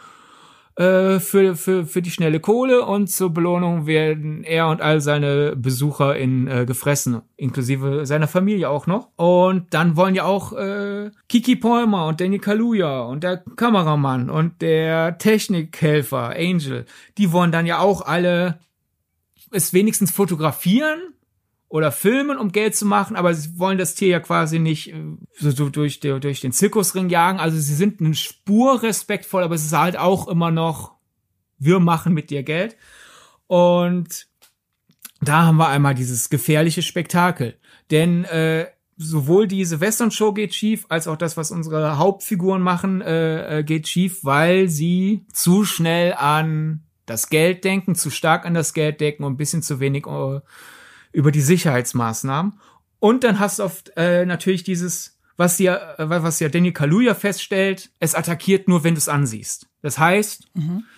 Für die schnelle Kohle und zur Belohnung werden er und all seine Besucher gefressen, inklusive seiner Familie auch noch. Und dann wollen ja auch Kiki Palmer und Danny Kaluuya und der Kameramann und der Technikhelfer Angel, die wollen dann ja auch alle es wenigstens fotografieren oder filmen, um Geld zu machen, aber sie wollen das Tier ja quasi nicht so durch den Zirkusring jagen. Also sie sind eine Spur respektvoll, aber es ist halt auch immer noch, wir machen mit dir Geld. Und da haben wir einmal dieses gefährliche Spektakel. Denn sowohl diese Western-Show geht schief, als auch das, was unsere Hauptfiguren machen, geht schief, weil sie zu schnell an das Geld denken, zu stark an das Geld denken und ein bisschen zu wenig über die Sicherheitsmaßnahmen. Und dann hast du oft natürlich dieses, was ja Danny Kaluuya feststellt, es attackiert nur, wenn du es ansiehst. Das heißt,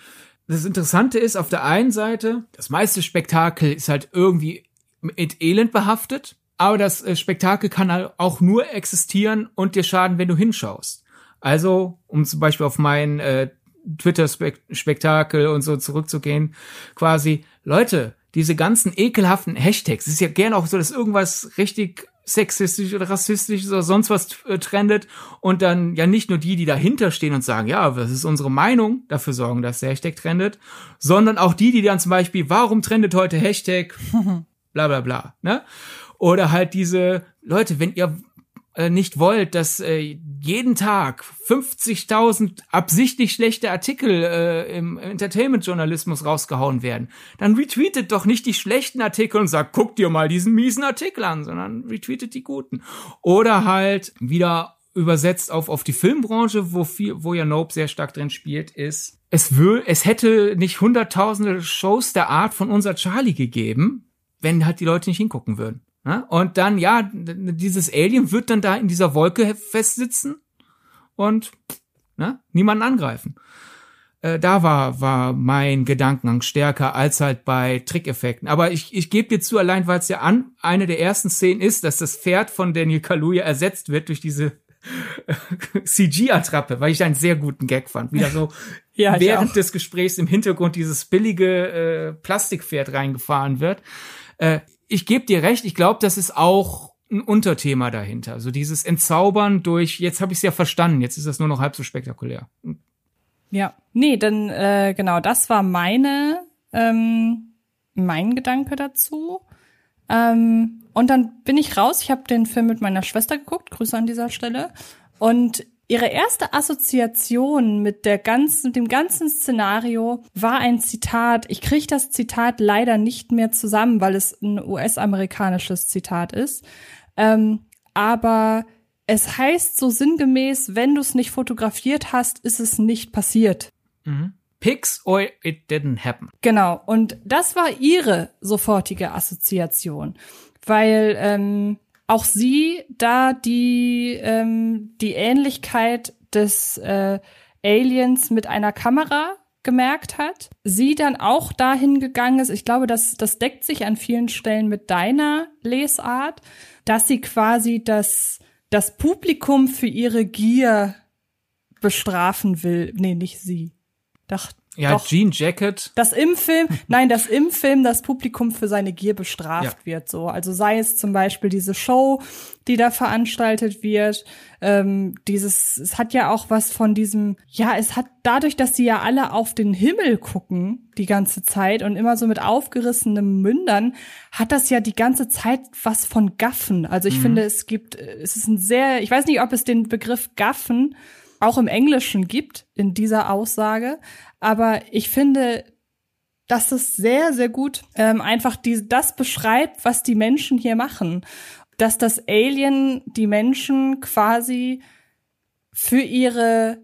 das Interessante ist, auf der einen Seite, das meiste Spektakel ist halt irgendwie mit Elend behaftet, aber das Spektakel kann halt auch nur existieren und dir schaden, wenn du hinschaust. Also, um zum Beispiel auf mein Twitter-Spektakel und so zurückzugehen, quasi, Leute, diese ganzen ekelhaften Hashtags, es ist ja gern auch so, dass irgendwas richtig sexistisch oder rassistisch oder sonst was trendet und dann ja nicht nur die dahinter stehen und sagen, ja, das ist unsere Meinung, dafür sorgen, dass der Hashtag trendet, sondern auch die dann zum Beispiel, warum trendet heute Hashtag bla bla bla, ne? Oder halt diese Leute, wenn ihr nicht wollt, dass jeden Tag 50.000 absichtlich schlechte Artikel im Entertainment-Journalismus rausgehauen werden, dann retweetet doch nicht die schlechten Artikel und sagt, guck dir mal diesen miesen Artikel an, sondern retweetet die guten. Oder halt wieder übersetzt auf die Filmbranche, wo ja Nope sehr stark drin spielt, ist, es hätte nicht hunderttausende Shows der Art von Unser Charlie gegeben, wenn halt die Leute nicht hingucken würden. Und dann, ja, dieses Alien wird dann da in dieser Wolke festsitzen und niemanden angreifen. Da war mein Gedankengang stärker als halt bei Trickeffekten. Aber ich gebe dir zu, allein weil es ja eine der ersten Szenen ist, dass das Pferd von Daniel Kaluuya ersetzt wird durch diese CG-Attrappe, weil ich einen sehr guten Gag fand. Wieder so ja, während des Gesprächs im Hintergrund dieses billige Plastikpferd reingefahren wird. Ich gebe dir recht, ich glaube, das ist auch ein Unterthema dahinter. Also dieses Entzaubern durch, jetzt habe ich es ja verstanden, jetzt ist das nur noch halb so spektakulär. Ja, nee, dann genau, das war mein Gedanke dazu. Und dann bin ich raus, ich habe den Film mit meiner Schwester geguckt, Grüße an dieser Stelle. Und ihre erste Assoziation mit dem ganzen Szenario war ein Zitat. Ich kriege das Zitat leider nicht mehr zusammen, weil es ein US-amerikanisches Zitat ist. Aber es heißt so sinngemäß, wenn du es nicht fotografiert hast, ist es nicht passiert. Mhm. Pics or it didn't happen. Genau. Und das war ihre sofortige Assoziation. Weil auch sie da die Ähnlichkeit des Aliens mit einer Kamera gemerkt hat. Sie dann auch dahin gegangen ist, ich glaube, das deckt sich an vielen Stellen mit deiner Lesart, dass sie quasi das Publikum für ihre Gier bestrafen will. Nee, nicht sie. Doch, Jean Jacket. Dass im Film das Publikum für seine Gier bestraft wird, so. Also sei es zum Beispiel diese Show, die da veranstaltet wird, es hat ja auch was von diesem, ja, es hat dadurch, dass sie ja alle auf den Himmel gucken, die ganze Zeit und immer so mit aufgerissenen Mündern, hat das ja die ganze Zeit was von Gaffen. Also ich finde, es ist ein sehr, ich weiß nicht, ob es den Begriff Gaffen auch im Englischen gibt, in dieser Aussage. Aber ich finde, dass es sehr, sehr gut einfach das beschreibt, was die Menschen hier machen. Dass das Alien die Menschen quasi für ihre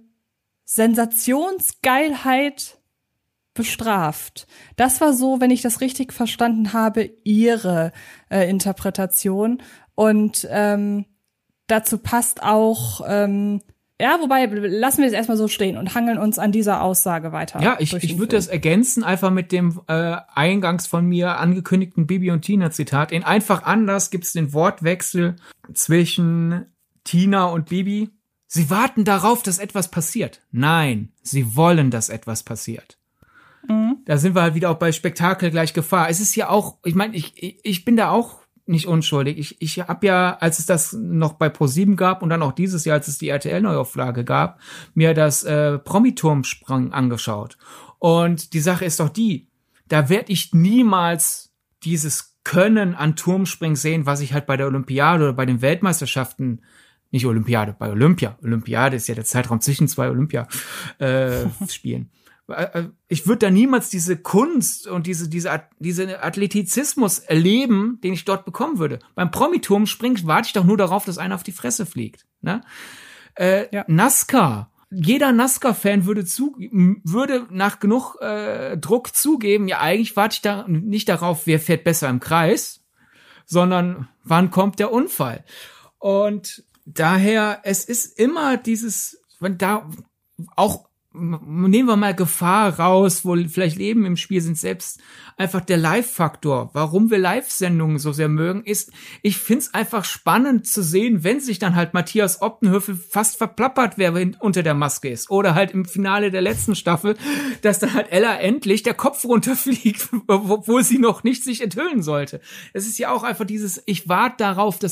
Sensationsgeilheit bestraft. Das war so, wenn ich das richtig verstanden habe, ihre Interpretation. Und dazu passt auch ja, wobei, lassen wir es erstmal so stehen und hangeln uns an dieser Aussage weiter. Ja, ich würde das ergänzen, einfach mit dem eingangs von mir angekündigten Bibi und Tina Zitat. In Einfach anders gibt's den Wortwechsel zwischen Tina und Bibi. Sie warten darauf, dass etwas passiert. Nein, sie wollen, dass etwas passiert. Mhm. Da sind wir halt wieder auch bei Spektakel gleich Gefahr. Es ist ja auch, ich meine, ich bin da auch nicht unschuldig. Ich habe ja, als es das noch bei ProSieben gab und dann auch dieses Jahr, als es die RTL-Neuauflage gab, mir das Promi-Turmspringen angeschaut. Und die Sache ist doch die, da werde ich niemals dieses Können an Turmspringen sehen, was ich halt bei der Olympiade oder bei den Weltmeisterschaften, nicht Olympiade, bei Olympia. Olympiade ist ja der Zeitraum zwischen zwei Olympiaspielen. Ich würde da niemals diese Kunst und diese Athletizismus erleben, den ich dort bekommen würde. Beim Promi-Turmspringen warte ich doch nur darauf, dass einer auf die Fresse fliegt. Ne? Ja. NASCAR. Jeder NASCAR-Fan würde nach genug Druck zugeben, ja, eigentlich warte ich da nicht darauf, wer fährt besser im Kreis, sondern wann kommt der Unfall. Und daher, es ist immer dieses, wenn da auch nehmen wir mal Gefahr raus, wo vielleicht Leben im Spiel sind, selbst einfach der Live-Faktor, warum wir Live-Sendungen so sehr mögen, ist, ich find's einfach spannend zu sehen, wenn sich dann halt Matthias Optenhövel fast verplappert, wer unter der Maske ist. Oder halt im Finale der letzten Staffel, dass dann halt Ella endlich der Kopf runterfliegt, obwohl sie noch nicht sich enthüllen sollte. Es ist ja auch einfach dieses, ich warte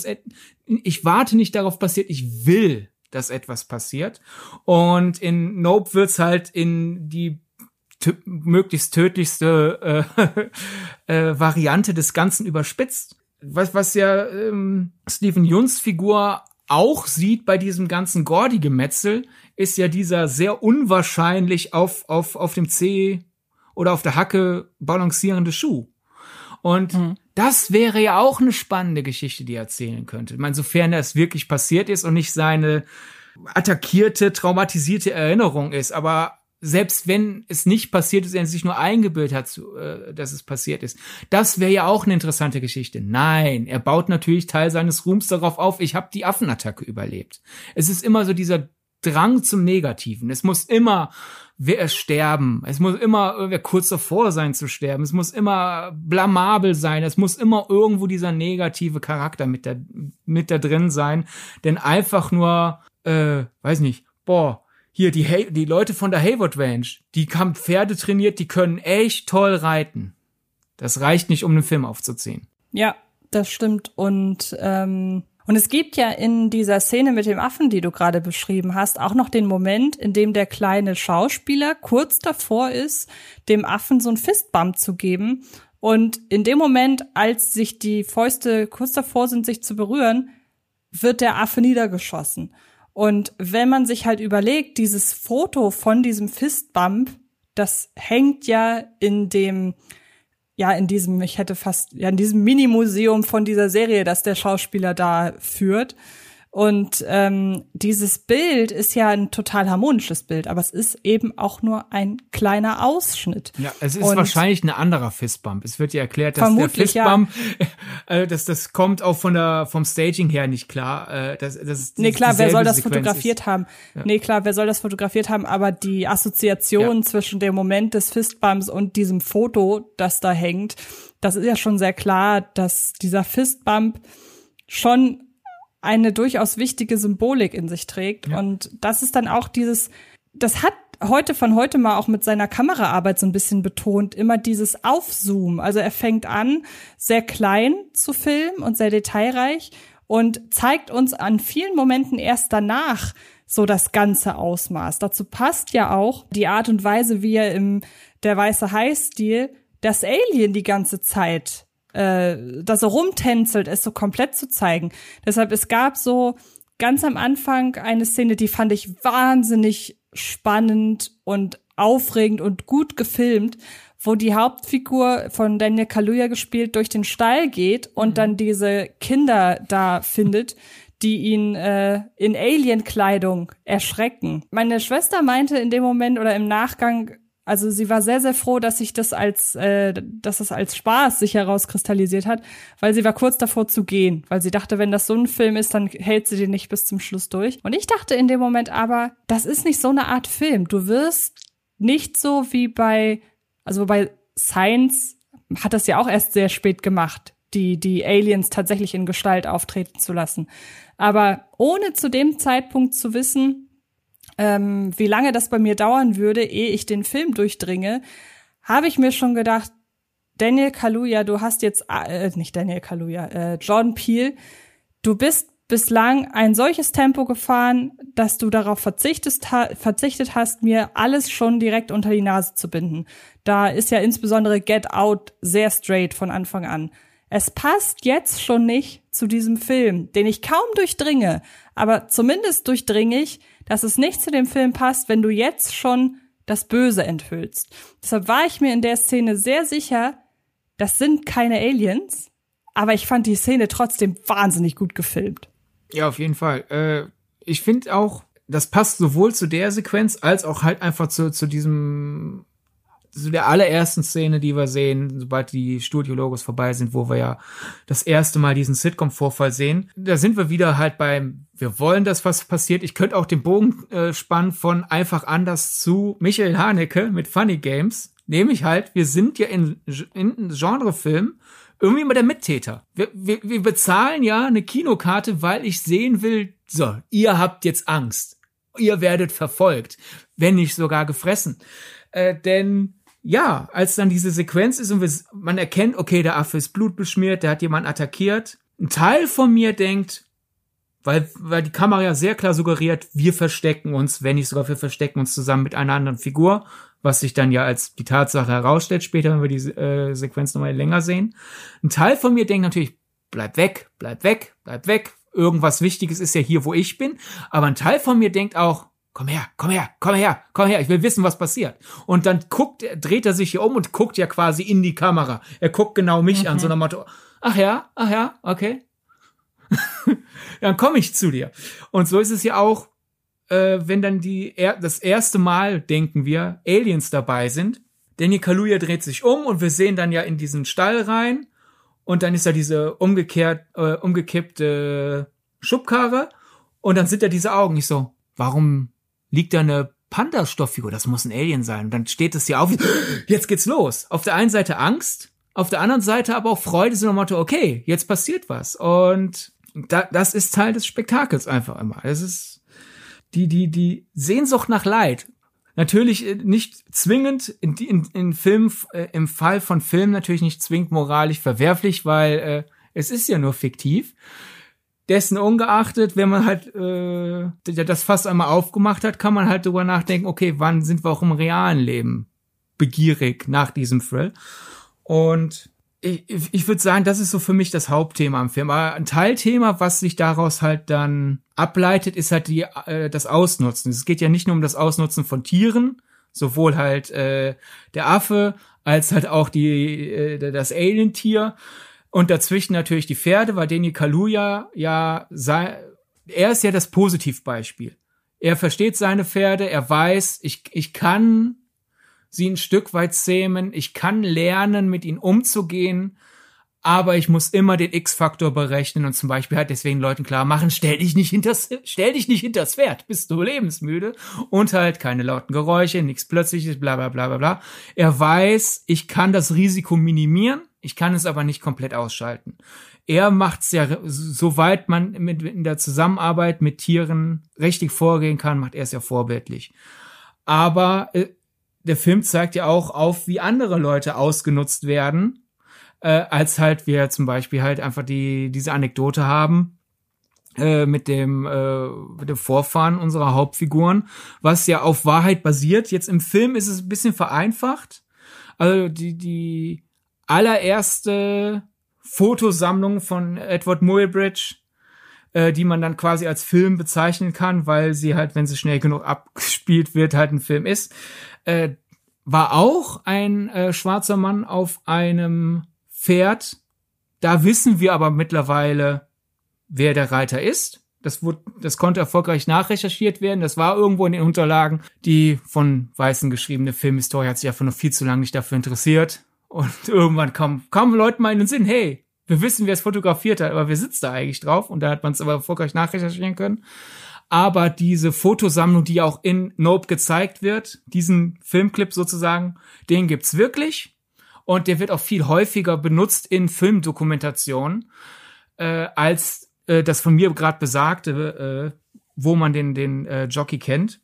nicht darauf passiert, ich will, dass etwas passiert. Und in Nope wird's halt in die möglichst tödlichste Variante des Ganzen überspitzt. Was ja Steven Yeuns Figur auch sieht bei diesem ganzen Gordy-Gemetzel, ist ja dieser sehr unwahrscheinlich auf dem Zeh oder auf der Hacke balancierende Schuh. Und das wäre ja auch eine spannende Geschichte, die er erzählen könnte. Ich meine, sofern das wirklich passiert ist und nicht seine attackierte, traumatisierte Erinnerung ist. Aber selbst wenn es nicht passiert ist, er sich nur eingebildet hat, dass es passiert ist, das wäre ja auch eine interessante Geschichte. Nein, er baut natürlich Teil seines Ruhms darauf auf, ich habe die Affenattacke überlebt. Es ist immer so dieser Drang zum Negativen. Es muss immer wer sterben. Es muss immer wer kurz davor sein zu sterben. Es muss immer blamabel sein. Es muss immer irgendwo dieser negative Charakter mit da drin sein. Denn einfach nur, weiß nicht, hier die Leute von der Hayward Ranch, die haben Pferde trainiert, die können echt toll reiten. Das reicht nicht, um einen Film aufzuziehen. Ja, das stimmt. Und es gibt ja in dieser Szene mit dem Affen, die du gerade beschrieben hast, auch noch den Moment, in dem der kleine Schauspieler kurz davor ist, dem Affen so einen Fistbump zu geben. Und in dem Moment, als sich die Fäuste kurz davor sind, sich zu berühren, wird der Affe niedergeschossen. Und wenn man sich halt überlegt, dieses Foto von diesem Fistbump, das hängt ja in diesem Mini-Museum von dieser Serie, das der Schauspieler da führt. Und dieses Bild ist ja ein total harmonisches Bild, aber es ist eben auch nur ein kleiner Ausschnitt. Ja, es ist wahrscheinlich ein anderer Fistbump. Es wird ja erklärt, dass der Fistbump, das kommt auch vom Staging her nicht klar. Wer soll das fotografiert haben? Ja. Wer soll das fotografiert haben? Aber die Assoziation zwischen dem Moment des Fistbumps und diesem Foto, das da hängt, das ist ja schon sehr klar, dass dieser Fistbump schon eine durchaus wichtige Symbolik in sich trägt. Ja. Und das ist dann auch das hat von heute mal auch mit seiner Kameraarbeit so ein bisschen betont, immer dieses Aufzoomen. Also er fängt an, sehr klein zu filmen und sehr detailreich und zeigt uns an vielen Momenten erst danach so das ganze Ausmaß. Dazu passt ja auch die Art und Weise, wie er im Der weiße Hai-Stil das Alien die ganze Zeit das er rumtänzelt, es so komplett zu zeigen. Deshalb, es gab so ganz am Anfang eine Szene, die fand ich wahnsinnig spannend und aufregend und gut gefilmt, wo die Hauptfigur von Daniel Kaluuya gespielt durch den Stall geht und dann diese Kinder da findet, die ihn in Alien-Kleidung erschrecken. Meine Schwester meinte in dem Moment oder im Nachgang, also sie war sehr, sehr froh, dass sich das dass es als Spaß sich herauskristallisiert hat, weil sie war kurz davor zu gehen, weil sie dachte, wenn das so ein Film ist, dann hält sie den nicht bis zum Schluss durch. Und ich dachte in dem Moment aber, das ist nicht so eine Art Film. Du wirst nicht so wie bei Science hat das ja auch erst sehr spät gemacht, die Aliens tatsächlich in Gestalt auftreten zu lassen. Aber ohne zu dem Zeitpunkt zu wissen, wie lange das bei mir dauern würde, ehe ich den Film durchdringe, habe ich mir schon gedacht, Daniel Kaluuya, du hast jetzt, Jordan Peele, du bist bislang ein solches Tempo gefahren, dass du darauf verzichtet hast, mir alles schon direkt unter die Nase zu binden. Da ist ja insbesondere Get Out sehr straight von Anfang an. Es passt jetzt schon nicht zu diesem Film, den ich kaum durchdringe, aber zumindest durchdringe ich, dass es nicht zu dem Film passt, wenn du jetzt schon das Böse enthüllst. Deshalb war ich mir in der Szene sehr sicher, das sind keine Aliens, aber ich fand die Szene trotzdem wahnsinnig gut gefilmt. Ja, auf jeden Fall. Ich finde auch, das passt sowohl zu der Sequenz als auch halt einfach zu diesem zu der allerersten Szene, die wir sehen, sobald die Studiologos vorbei sind, wo wir ja das erste Mal diesen Sitcom-Vorfall sehen. Da sind wir wieder halt beim, wir wollen, dass was passiert. Ich könnte auch den Bogen spannen von einfach anders zu Michael Haneke mit Funny Games. Nämlich halt, wir sind ja in Genrefilm irgendwie immer der Mittäter. Wir bezahlen ja eine Kinokarte, weil ich sehen will, so, ihr habt jetzt Angst. Ihr werdet verfolgt, wenn nicht sogar gefressen. Denn ja, als dann diese Sequenz ist und man erkennt, okay, der Affe ist blutbeschmiert, der hat jemanden attackiert. Ein Teil von mir denkt, weil die Kamera ja sehr klar suggeriert, wir verstecken uns, wenn nicht sogar wir verstecken uns zusammen mit einer anderen Figur, was sich dann ja als die Tatsache herausstellt später, wenn wir die Sequenz nochmal länger sehen. Ein Teil von mir denkt natürlich, bleib weg. Irgendwas Wichtiges ist ja hier, wo ich bin. Aber ein Teil von mir denkt auch, komm her, ich will wissen, was passiert. Und dann dreht er sich hier um und guckt ja quasi in die Kamera. Er guckt genau mich an, so nach Motto, ach ja, okay. Dann komme ich zu dir. Und so ist es ja auch, wenn dann das erste Mal, denken wir, Aliens dabei sind. Danny Kaluuya dreht sich um und wir sehen dann ja in diesen Stall rein und dann ist da diese umgekippte Schubkarre und dann sind da diese Augen. Ich so, warum liegt da eine Panda-Stofffigur? Das muss ein Alien sein. Und dann steht es ja auf, jetzt geht's los. Auf der einen Seite Angst, auf der anderen Seite aber auch Freude, so nach dem Motto, okay, jetzt passiert was. Und das ist Teil des Spektakels einfach immer. Es ist die Sehnsucht nach Leid. Natürlich nicht zwingend in Film, im Fall von Filmen natürlich nicht zwingend moralisch verwerflich, weil es ist ja nur fiktiv. Dessen ungeachtet, wenn man halt das Fass einmal aufgemacht hat, kann man halt drüber nachdenken, okay, wann sind wir auch im realen Leben begierig nach diesem Thrill? Und ich würde sagen, das ist so für mich das Hauptthema am Film. Aber ein Teilthema, was sich daraus halt dann ableitet, ist halt das Ausnutzen. Es geht ja nicht nur um das Ausnutzen von Tieren, sowohl halt der Affe als halt auch das Alien-Tier und dazwischen natürlich die Pferde, weil Danny Kaluuya er ist ja das Positivbeispiel. Er versteht seine Pferde, er weiß, ich kann sie ein Stück weit zähmen, ich kann lernen, mit ihnen umzugehen, aber ich muss immer den X-Faktor berechnen und zum Beispiel halt deswegen Leuten klar machen, stell dich nicht hinters Pferd, bist du lebensmüde und halt keine lauten Geräusche, nichts Plötzliches, bla bla bla bla bla. Er weiß, ich kann das Risiko minimieren, ich kann es aber nicht komplett ausschalten. Er macht's ja, soweit man in der Zusammenarbeit mit Tieren richtig vorgehen kann, macht er es ja vorbildlich. Aber der Film zeigt ja auch auf, wie andere Leute ausgenutzt werden, als halt wir zum Beispiel halt einfach diese Anekdote haben mit dem Vorfahren unserer Hauptfiguren, was ja auf Wahrheit basiert. Jetzt im Film ist es ein bisschen vereinfacht. Also die allererste Fotosammlung von Edward Muybridge, die man dann quasi als Film bezeichnen kann, weil sie halt, wenn sie schnell genug abgespielt wird, halt ein Film ist, war auch ein schwarzer Mann auf einem Pferd. Da wissen wir aber mittlerweile, wer der Reiter ist. Das konnte erfolgreich nachrecherchiert werden. Das war irgendwo in den Unterlagen. Die von Weißen geschriebene Filmhistorie hat sich einfach noch viel zu lange nicht dafür interessiert. Und irgendwann kamen Leute mal in den Sinn, hey, wir wissen, wer es fotografiert hat, aber wer sitzt da eigentlich drauf? Und da hat man es aber erfolgreich nachrecherchieren können. Aber diese Fotosammlung, die auch in Nope gezeigt wird, diesen Filmclip sozusagen, den gibt's wirklich. Und der wird auch viel häufiger benutzt in Filmdokumentationen, als das von mir gerade besagte, wo man den Jockey kennt.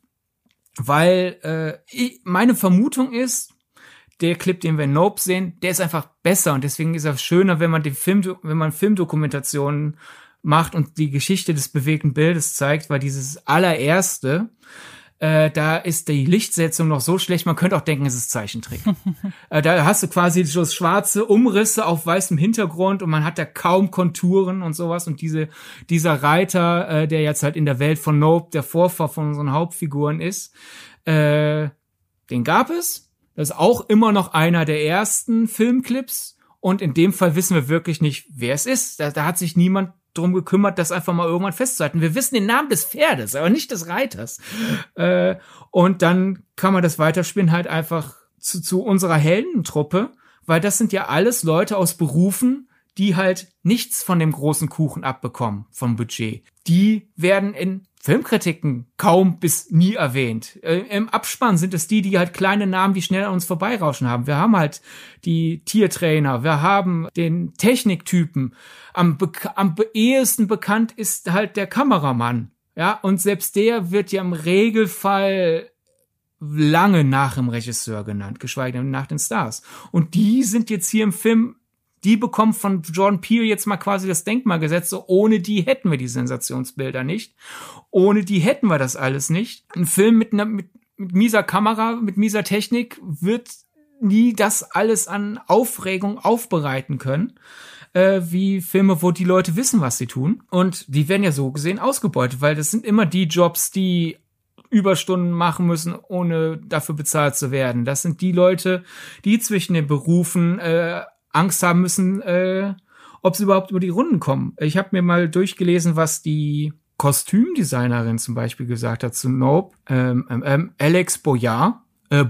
Weil meine Vermutung ist, der Clip, den wir in Nope sehen, der ist einfach besser. Und deswegen ist er schöner, wenn man Filmdokumentationen macht und die Geschichte des bewegten Bildes zeigt, weil dieses allererste, da ist die Lichtsetzung noch so schlecht, man könnte auch denken, es ist Zeichentrick. Da hast du quasi so schwarze Umrisse auf weißem Hintergrund und man hat da kaum Konturen und sowas. Und dieser Reiter, der jetzt halt in der Welt von Nope der Vorfahr von unseren Hauptfiguren ist, den gab es. Das ist auch immer noch einer der ersten Filmclips. Und in dem Fall wissen wir wirklich nicht, wer es ist. Da hat sich niemand drum gekümmert, das einfach mal irgendwann festzuhalten. Wir wissen den Namen des Pferdes, aber nicht des Reiters. Und dann kann man das Weiterspinnen halt einfach zu unserer Heldentruppe, weil das sind ja alles Leute aus Berufen, die halt nichts von dem großen Kuchen abbekommen vom Budget. Die werden in Filmkritiken kaum bis nie erwähnt. Im Abspann sind es die halt kleine Namen, die schnell an uns vorbeirauschen haben. Wir haben halt die Tiertrainer, wir haben den Techniktypen. Am ehesten bekannt ist halt der Kameramann. Ja, und selbst der wird ja im Regelfall lange nach dem Regisseur genannt, geschweige denn nach den Stars. Und die sind jetzt hier im Film, die bekommen von Jordan Peele jetzt mal quasi das Denkmal gesetzt, so ohne die hätten wir die Sensationsbilder nicht. Ohne die hätten wir das alles nicht. Ein Film mit mieser Kamera, mit mieser Technik wird nie das alles an Aufregung aufbereiten können, wie Filme, wo die Leute wissen, was sie tun. Und die werden ja so gesehen ausgebeutet, weil das sind immer die Jobs, die Überstunden machen müssen, ohne dafür bezahlt zu werden. Das sind die Leute, die zwischen den Berufen Angst haben müssen, ob sie überhaupt über die Runden kommen. Ich habe mir mal durchgelesen, was die Kostümdesignerin zum Beispiel gesagt hat zu Nope, Alex Beauvoir.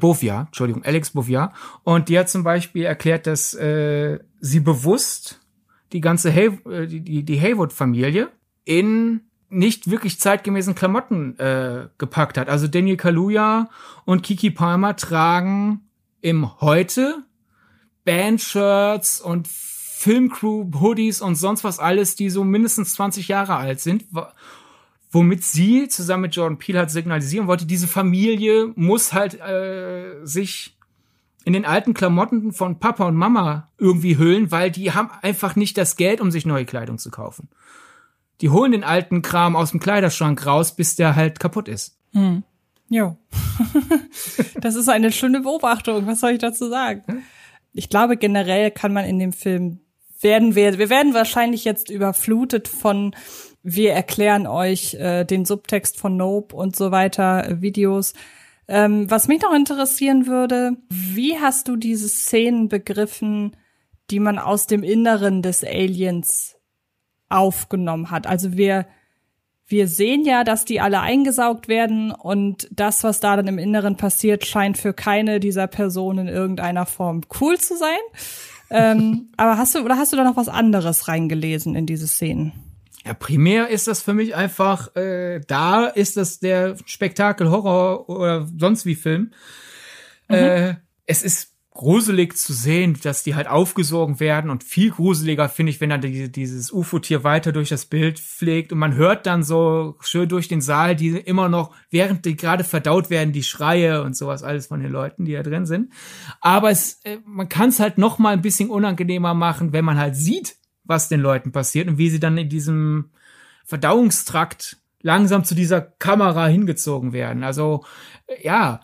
Und die hat zum Beispiel erklärt, dass sie bewusst die ganze die Haywood-Familie in nicht wirklich zeitgemäßen Klamotten gepackt hat. Also Daniel Kaluuya und Keke Palmer tragen im Heute Bandshirts und Filmcrew-Hoodies und sonst was alles, die so mindestens 20 Jahre alt sind, womit sie zusammen mit Jordan Peele halt signalisieren wollte, diese Familie muss halt sich in den alten Klamotten von Papa und Mama irgendwie hüllen, weil die haben einfach nicht das Geld, um sich neue Kleidung zu kaufen. Die holen den alten Kram aus dem Kleiderschrank raus, bis der halt kaputt ist. Jo. Das ist eine schöne Beobachtung. Was soll ich dazu sagen? Ich glaube, generell kann man in dem Film wir werden wahrscheinlich jetzt überflutet von wir erklären euch den Subtext von Nope und so weiter, Videos. Was mich noch interessieren würde, wie hast du diese Szenen begriffen, die man aus dem Inneren des Aliens aufgenommen hat? Also wir sehen ja, dass die alle eingesaugt werden und das, was da dann im Inneren passiert, scheint für keine dieser Personen in irgendeiner Form cool zu sein. Aber hast du da noch was anderes reingelesen in diese Szenen? Ja, primär ist das für mich einfach, da ist das der Spektakel, Horror oder sonst wie Film. Es ist gruselig zu sehen, dass die halt aufgesogen werden und viel gruseliger finde ich, wenn dann dieses UFO-Tier weiter durch das Bild fliegt und man hört dann so schön durch den Saal, die immer noch, während die gerade verdaut werden, die Schreie und sowas alles von den Leuten, die da drin sind. Aber man kann es halt noch mal ein bisschen unangenehmer machen, wenn man halt sieht, was den Leuten passiert und wie sie dann in diesem Verdauungstrakt langsam zu dieser Kamera hingezogen werden. Also, ja,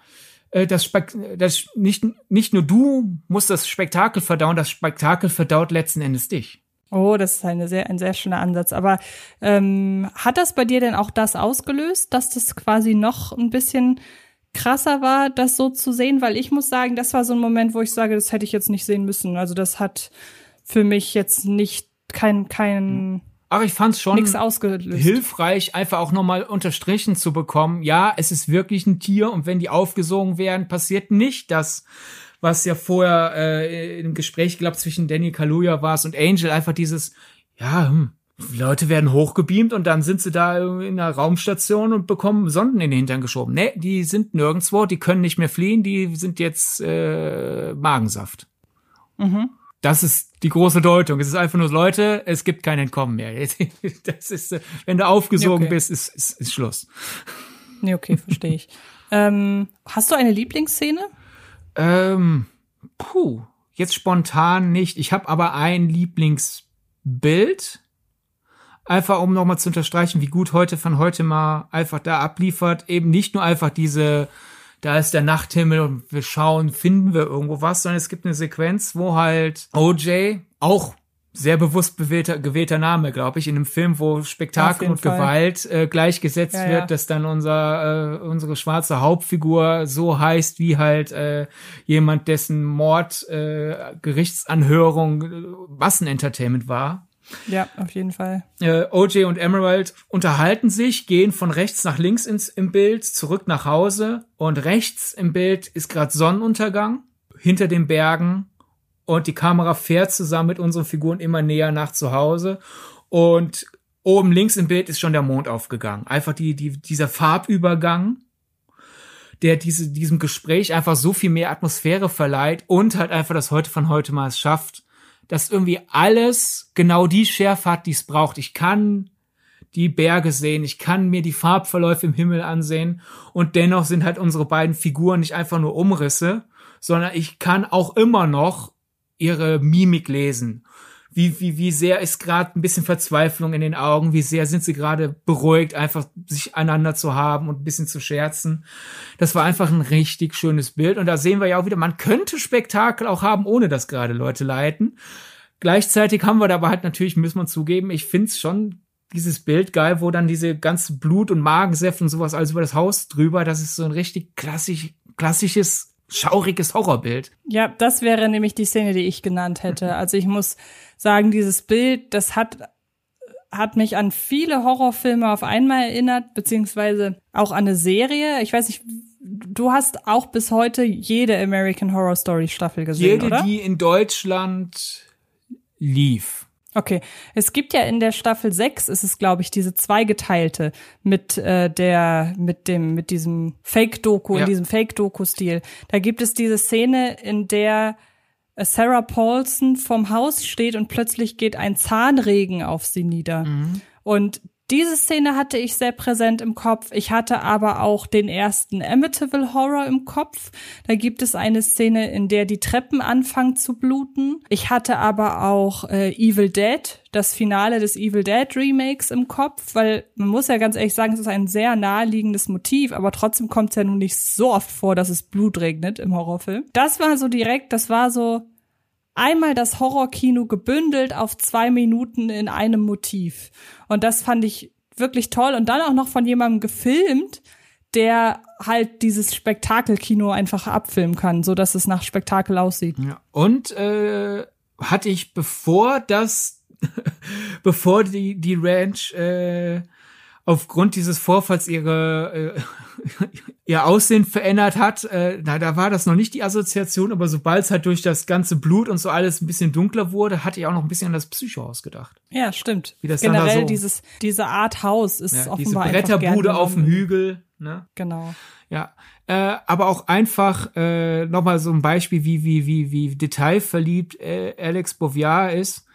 nicht nur du musst das Spektakel verdauen, das Spektakel verdaut letzten Endes dich. Oh, das ist ein sehr schöner Ansatz. Aber hat das bei dir denn auch das ausgelöst, dass das quasi noch ein bisschen krasser war, das so zu sehen? Weil ich muss sagen, das war so ein Moment, wo ich sage, das hätte ich jetzt nicht sehen müssen. Also das hat für mich jetzt nicht aber ich fand's schon nichts ausgelöst. Hilfreich, einfach auch nochmal unterstrichen zu bekommen. Ja, es ist wirklich ein Tier und wenn die aufgesogen werden, passiert nicht das, was ja vorher im Gespräch, glaube zwischen Daniel Kaluuya war es und Angel, einfach dieses, Leute werden hochgebeamt und dann sind sie da in einer Raumstation und bekommen Sonden in den Hintern geschoben. Nee, die sind nirgendwo, die können nicht mehr fliehen, die sind jetzt Magensaft. Das ist die große Deutung. Es ist einfach nur, Leute, es gibt kein Entkommen mehr. Das ist, wenn du aufgesogen bist, ist Schluss. Nee, okay, verstehe ich. Hast du eine Lieblingsszene? Jetzt spontan nicht. Ich habe aber ein Lieblingsbild. Einfach, um nochmal zu unterstreichen, wie gut von heute mal einfach da abliefert. Eben nicht nur einfach da ist der Nachthimmel und wir schauen, finden wir irgendwo was, sondern es gibt eine Sequenz, wo halt OJ, auch sehr bewusst gewählter Name, glaube ich, in einem Film, wo Spektakel und Gewalt gleichgesetzt wird, dass dann unsere schwarze Hauptfigur so heißt, wie halt jemand, dessen Mord Gerichtsanhörung Massenentertainment war. Ja, auf jeden Fall. OJ und Emerald unterhalten sich, gehen von rechts nach links im Bild, zurück nach Hause und rechts im Bild ist gerade Sonnenuntergang hinter den Bergen und die Kamera fährt zusammen mit unseren Figuren immer näher nach zu Hause und oben links im Bild ist schon der Mond aufgegangen. Einfach dieser Farbübergang, der diesem Gespräch einfach so viel mehr Atmosphäre verleiht und halt einfach das Heute von heute mal es schafft, dass irgendwie alles genau die Schärfe hat, die es braucht. Ich kann die Berge sehen, ich kann mir die Farbverläufe im Himmel ansehen und dennoch sind halt unsere beiden Figuren nicht einfach nur Umrisse, sondern ich kann auch immer noch ihre Mimik lesen. Wie sehr ist gerade ein bisschen Verzweiflung in den Augen, wie sehr sind sie gerade beruhigt, einfach sich einander zu haben und ein bisschen zu scherzen. Das war einfach ein richtig schönes Bild und da sehen wir ja auch wieder, man könnte Spektakel auch haben, ohne dass gerade Leute leiden. Gleichzeitig haben wir dabei halt natürlich, muss man zugeben, ich find's schon dieses Bild geil, wo dann diese ganze Blut- und Magensäfte und sowas alles über das Haus drüber, das ist so ein richtig klassisches schauriges Horrorbild. Ja, das wäre nämlich die Szene, die ich genannt hätte. Also ich muss sagen, dieses Bild, das hat mich an viele Horrorfilme auf einmal erinnert, beziehungsweise auch an eine Serie. Ich weiß nicht, du hast auch bis heute jede American Horror Story Staffel gesehen, oder? Jede, die in Deutschland lief. Okay, es gibt ja in der Staffel 6 ist es, glaube ich, diese zweigeteilte mit diesem Fake-Doku, in diesem Fake-Doku-Stil. Da gibt es diese Szene, in der Sarah Paulson vom Haus steht und plötzlich geht ein Zahnregen auf sie nieder. Mhm. Und diese Szene hatte ich sehr präsent im Kopf. Ich hatte aber auch den ersten Amityville Horror im Kopf. Da gibt es eine Szene, in der die Treppen anfangen zu bluten. Ich hatte aber auch Evil Dead, das Finale des Evil Dead Remakes im Kopf, weil man muss ja ganz ehrlich sagen, es ist ein sehr naheliegendes Motiv, aber trotzdem kommt es ja nun nicht so oft vor, dass es Blut regnet im Horrorfilm. Das war so einmal das Horrorkino gebündelt auf 2 Minuten in einem Motiv. Und das fand ich wirklich toll. Und dann auch noch von jemandem gefilmt, der halt dieses Spektakelkino einfach abfilmen kann, so dass es nach Spektakel aussieht. Ja. Und hatte ich, bevor die Ranch aufgrund dieses Vorfalls ihr Aussehen verändert hat, da war das noch nicht die Assoziation, aber sobald es halt durch das ganze Blut und so alles ein bisschen dunkler wurde, hatte ich auch noch ein bisschen an das Psychohaus gedacht. Ja, stimmt. Wie das generell dann da so, diese Art Haus ist offenbar diese Bretterbude auf dem Hügel, ne? Genau. Ja, aber auch einfach nochmal so ein Beispiel, wie detailverliebt Alex Bouvier ist.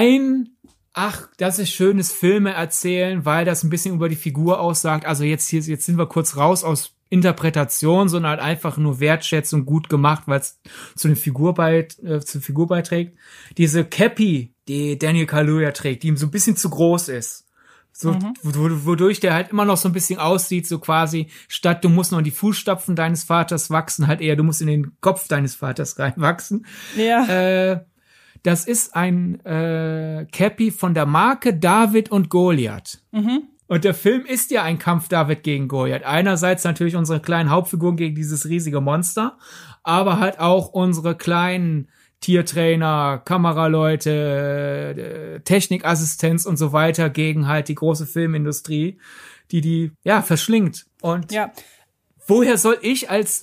Das ist schönes Filme erzählen, weil das ein bisschen über die Figur aussagt. Also jetzt sind wir kurz raus aus Interpretation, sondern halt einfach nur Wertschätzung, gut gemacht, weil es zur Figur beiträgt. Diese Cappy, die Daniel Kaluuya trägt, die ihm so ein bisschen zu groß ist. So, wodurch der halt immer noch so ein bisschen aussieht, so quasi, statt du musst noch in die Fußstapfen deines Vaters wachsen, halt eher, du musst in den Kopf deines Vaters reinwachsen. Ja. Das ist ein Cappy von der Marke David und Goliath. Mhm. Und der Film ist ja ein Kampf David gegen Goliath. Einerseits natürlich unsere kleinen Hauptfiguren gegen dieses riesige Monster, aber halt auch unsere kleinen Tiertrainer, Kameraleute, Technikassistenz und so weiter gegen halt die große Filmindustrie, die verschlingt. Und woher soll ich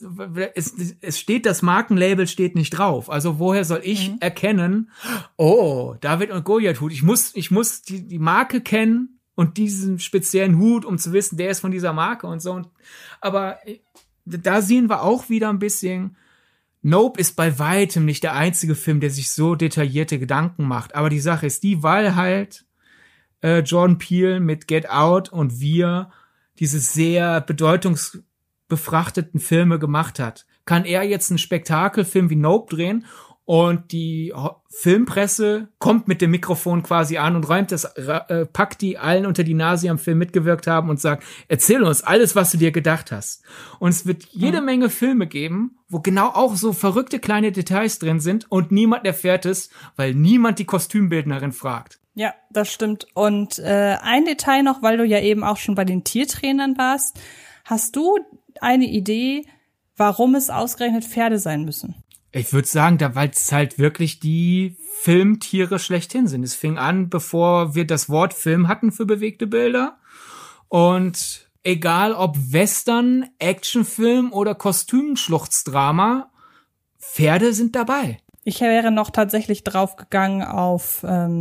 es steht, das Markenlabel steht nicht drauf. Also woher soll ich erkennen, David und Goliath Hut. Ich muss die Marke kennen und diesen speziellen Hut, um zu wissen, der ist von dieser Marke und so. Aber da sehen wir auch wieder ein bisschen, Nope ist bei weitem nicht der einzige Film, der sich so detaillierte Gedanken macht. Aber die Sache ist die, weil halt Jordan Peele mit Get Out und Wir diese sehr bedeutungsbefrachteten Filme gemacht hat, kann er jetzt einen Spektakelfilm wie Nope drehen und die Filmpresse kommt mit dem Mikrofon quasi an und packt die allen unter die Nase, die am Film mitgewirkt haben und sagt, erzähl uns alles, was du dir gedacht hast. Und es wird jede Menge Filme geben, wo genau auch so verrückte kleine Details drin sind und niemand erfährt es, weil niemand die Kostümbildnerin fragt. Ja, das stimmt. Und ein Detail noch, weil du ja eben auch schon bei den Tiertrainern warst. Hast du eine Idee, warum es ausgerechnet Pferde sein müssen? Ich würde sagen, weil es halt wirklich die Filmtiere schlechthin sind. Es fing an, bevor wir das Wort Film hatten für bewegte Bilder. Und egal ob Western, Actionfilm oder Kostümschluchtsdrama, Pferde sind dabei. Ich wäre noch tatsächlich draufgegangen auf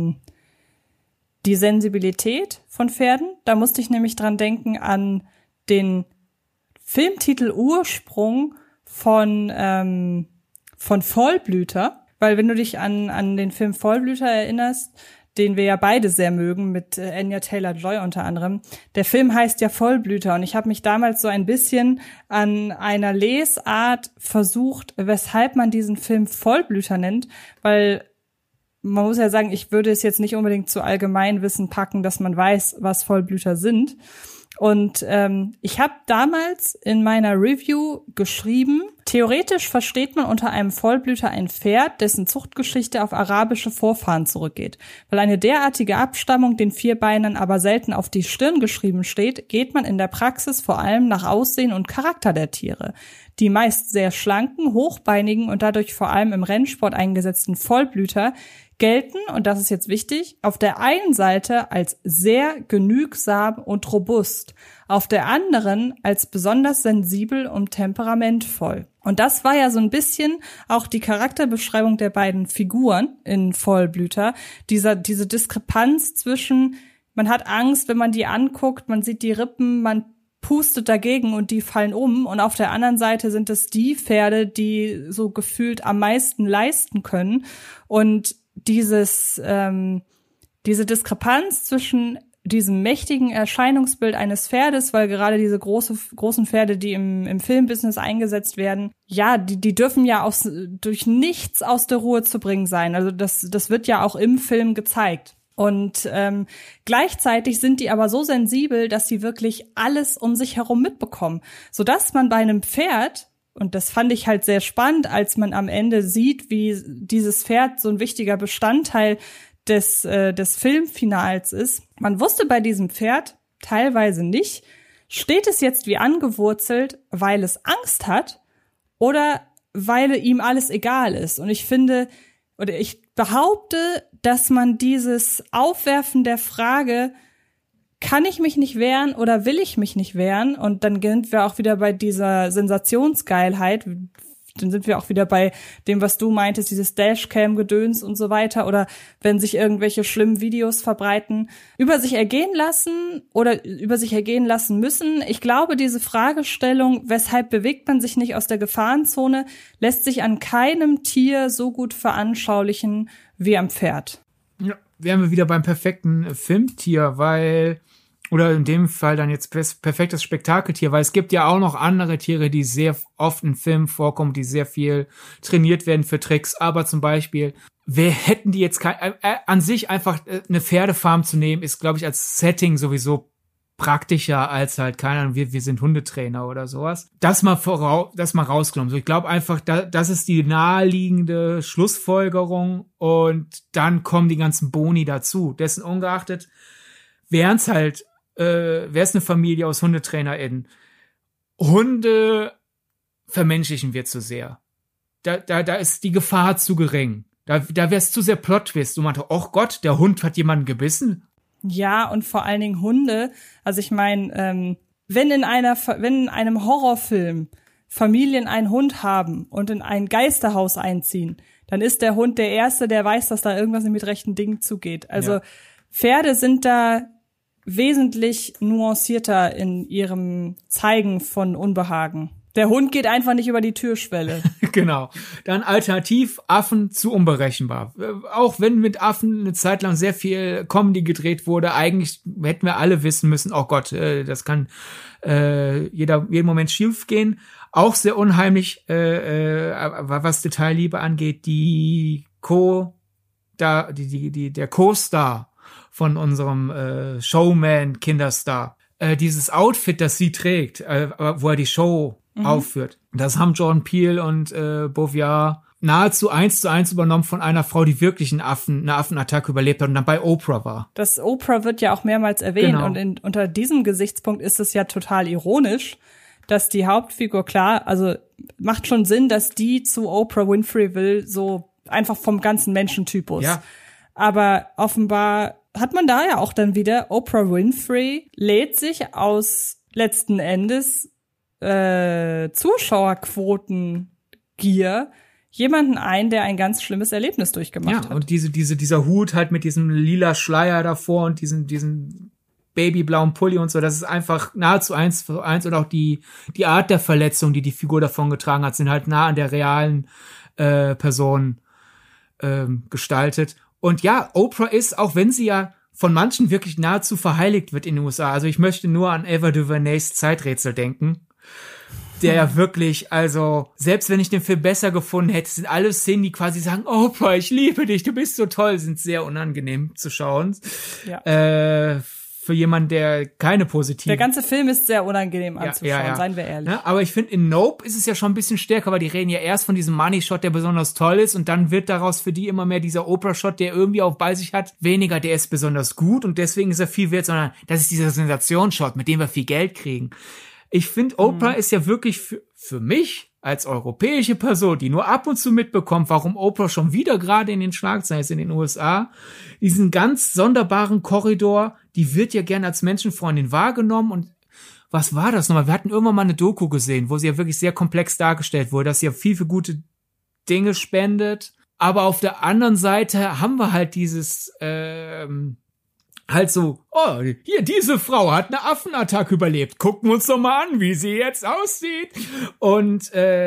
die Sensibilität von Pferden. Da musste ich nämlich dran denken an den Filmtitel Ursprung von Vollblüter. Weil wenn du dich an den Film Vollblüter erinnerst, den wir ja beide sehr mögen, mit Anya Taylor-Joy unter anderem. Der Film heißt ja Vollblüter und ich habe mich damals so ein bisschen an einer Lesart versucht, weshalb man diesen Film Vollblüter nennt, weil man muss ja sagen, ich würde es jetzt nicht unbedingt zu Allgemeinwissen packen, dass man weiß, was Vollblüter sind. Und ich habe damals in meiner Review geschrieben, theoretisch versteht man unter einem Vollblüter ein Pferd, dessen Zuchtgeschichte auf arabische Vorfahren zurückgeht. Weil eine derartige Abstammung den Vierbeinern aber selten auf die Stirn geschrieben steht, geht man in der Praxis vor allem nach Aussehen und Charakter der Tiere. Die meist sehr schlanken, hochbeinigen und dadurch vor allem im Rennsport eingesetzten Vollblüter gelten, und das ist jetzt wichtig, auf der einen Seite als sehr genügsam und robust, auf der anderen als besonders sensibel und temperamentvoll. Und das war ja so ein bisschen auch die Charakterbeschreibung der beiden Figuren in Vollblüter, diese Diskrepanz zwischen, man hat Angst, wenn man die anguckt, man sieht die Rippen, man pustet dagegen und die fallen um, und auf der anderen Seite sind es die Pferde, die so gefühlt am meisten leisten können, und diese Diskrepanz zwischen diesem mächtigen Erscheinungsbild eines Pferdes, weil gerade diese großen Pferde, die im Filmbusiness eingesetzt werden, ja, die dürfen ja durch nichts aus der Ruhe zu bringen sein. Also das wird ja auch im Film gezeigt. Und gleichzeitig sind die aber so sensibel, dass sie wirklich alles um sich herum mitbekommen, sodass man bei einem Pferd, und das fand ich halt sehr spannend, als man am Ende sieht, wie dieses Pferd so ein wichtiger Bestandteil des Filmfinals ist. Man wusste bei diesem Pferd teilweise nicht, steht es jetzt wie angewurzelt, weil es Angst hat oder weil ihm alles egal ist. Und ich behaupte, dass man dieses Aufwerfen der Frage, kann ich mich nicht wehren oder will ich mich nicht wehren? Und dann sind wir auch wieder bei dieser Sensationsgeilheit. Dann sind wir auch wieder bei dem, was du meintest, dieses Dashcam-Gedöns und so weiter. Oder wenn sich irgendwelche schlimmen Videos verbreiten, über sich ergehen lassen oder über sich ergehen lassen müssen. Ich glaube, diese Fragestellung, weshalb bewegt man sich nicht aus der Gefahrenzone, lässt sich an keinem Tier so gut veranschaulichen wie am Pferd. Ja, wären wir wieder beim perfekten Filmtier, oder in dem Fall dann jetzt perfektes Spektakeltier, weil es gibt ja auch noch andere Tiere, die sehr oft in Filmen vorkommen, die sehr viel trainiert werden für Tricks, aber zum Beispiel, hätten die jetzt an sich einfach eine Pferdefarm zu nehmen, ist, glaube ich, als Setting sowieso praktischer als halt, keine Ahnung, wir sind Hundetrainer oder sowas. Das mal rausgenommen. So, ich glaube einfach, das ist die naheliegende Schlussfolgerung, und dann kommen die ganzen Boni dazu. Dessen ungeachtet wäre es eine Familie aus HundetrainerInnen. Hunde vermenschlichen wir zu sehr. Da ist die Gefahr zu gering. Da wäre es zu sehr Plot-Twist. Du meinte, oh Gott, der Hund hat jemanden gebissen. Ja, und vor allen Dingen Hunde. Also ich meine, wenn in einem Horrorfilm Familien einen Hund haben und in ein Geisterhaus einziehen, dann ist der Hund der Erste, der weiß, dass da irgendwas mit rechten Dingen zugeht. Also ja. Pferde sind da wesentlich nuancierter in ihrem Zeigen von Unbehagen. Der Hund geht einfach nicht über die Türschwelle. Genau. Dann alternativ Affen zu unberechenbar. Auch wenn mit Affen eine Zeit lang sehr viel Comedy gedreht wurde, eigentlich hätten wir alle wissen müssen, oh Gott, das kann jeden Moment schief gehen. Auch sehr unheimlich, was Detailliebe angeht, der Co-Star von unserem Showman, Kinderstar. Dieses Outfit, das sie trägt, wo er die Show aufführt. Das haben Jordan Peele und Boviar nahezu 1:1 übernommen von einer Frau, die wirklich eine Affenattacke überlebt hat und dann bei Oprah war. Das Oprah wird ja auch mehrmals erwähnt, genau. Und unter diesem Gesichtspunkt ist es ja total ironisch, dass die Hauptfigur, klar, also macht schon Sinn, dass die zu Oprah Winfrey will, so einfach vom ganzen Menschentypus. Ja. Aber offenbar hat man da ja auch dann wieder, Oprah Winfrey lädt sich aus letzten Endes Zuschauerquotengier jemanden ein, der ein ganz schlimmes Erlebnis durchgemacht hat. Ja, und dieser Hut halt mit diesem lila Schleier davor und diesen babyblauen Pulli und so, das ist einfach nahezu 1:1 und auch die Art der Verletzung, die Figur davon getragen hat, sind halt nah an der realen Person gestaltet. Und ja, Oprah ist, auch wenn sie ja von manchen wirklich nahezu verheiligt wird in den USA, also ich möchte nur an Ava DuVernays Zeiträtsel denken, der ja wirklich, also selbst wenn ich den Film besser gefunden hätte, sind alle Szenen, die quasi sagen, Oprah, ich liebe dich, du bist so toll, sind sehr unangenehm zu schauen. Ja. Für jemanden, der keine positive... Der ganze Film ist sehr unangenehm anzuschauen, seien wir ehrlich. Ja, aber ich finde, in Nope ist es ja schon ein bisschen stärker, weil die reden ja erst von diesem Money-Shot, der besonders toll ist, und dann wird daraus für die immer mehr dieser Oprah-Shot, der irgendwie auch bei sich hat, weniger, der ist besonders gut und deswegen ist er viel wert, sondern das ist dieser Sensationsshot, mit dem wir viel Geld kriegen. Ich finde, Oprah ist ja wirklich für mich als europäische Person, die nur ab und zu mitbekommt, warum Oprah schon wieder gerade in den Schlagzeilen ist in den USA, diesen ganz sonderbaren Korridor, die wird ja gerne als Menschenfreundin wahrgenommen. Und was war das nochmal? Wir hatten irgendwann mal eine Doku gesehen, wo sie ja wirklich sehr komplex dargestellt wurde, dass sie ja viel für gute Dinge spendet. Aber auf der anderen Seite haben wir halt dieses halt so, oh, hier, diese Frau hat eine Affenattacke überlebt. Gucken wir uns doch mal an, wie sie jetzt aussieht. Und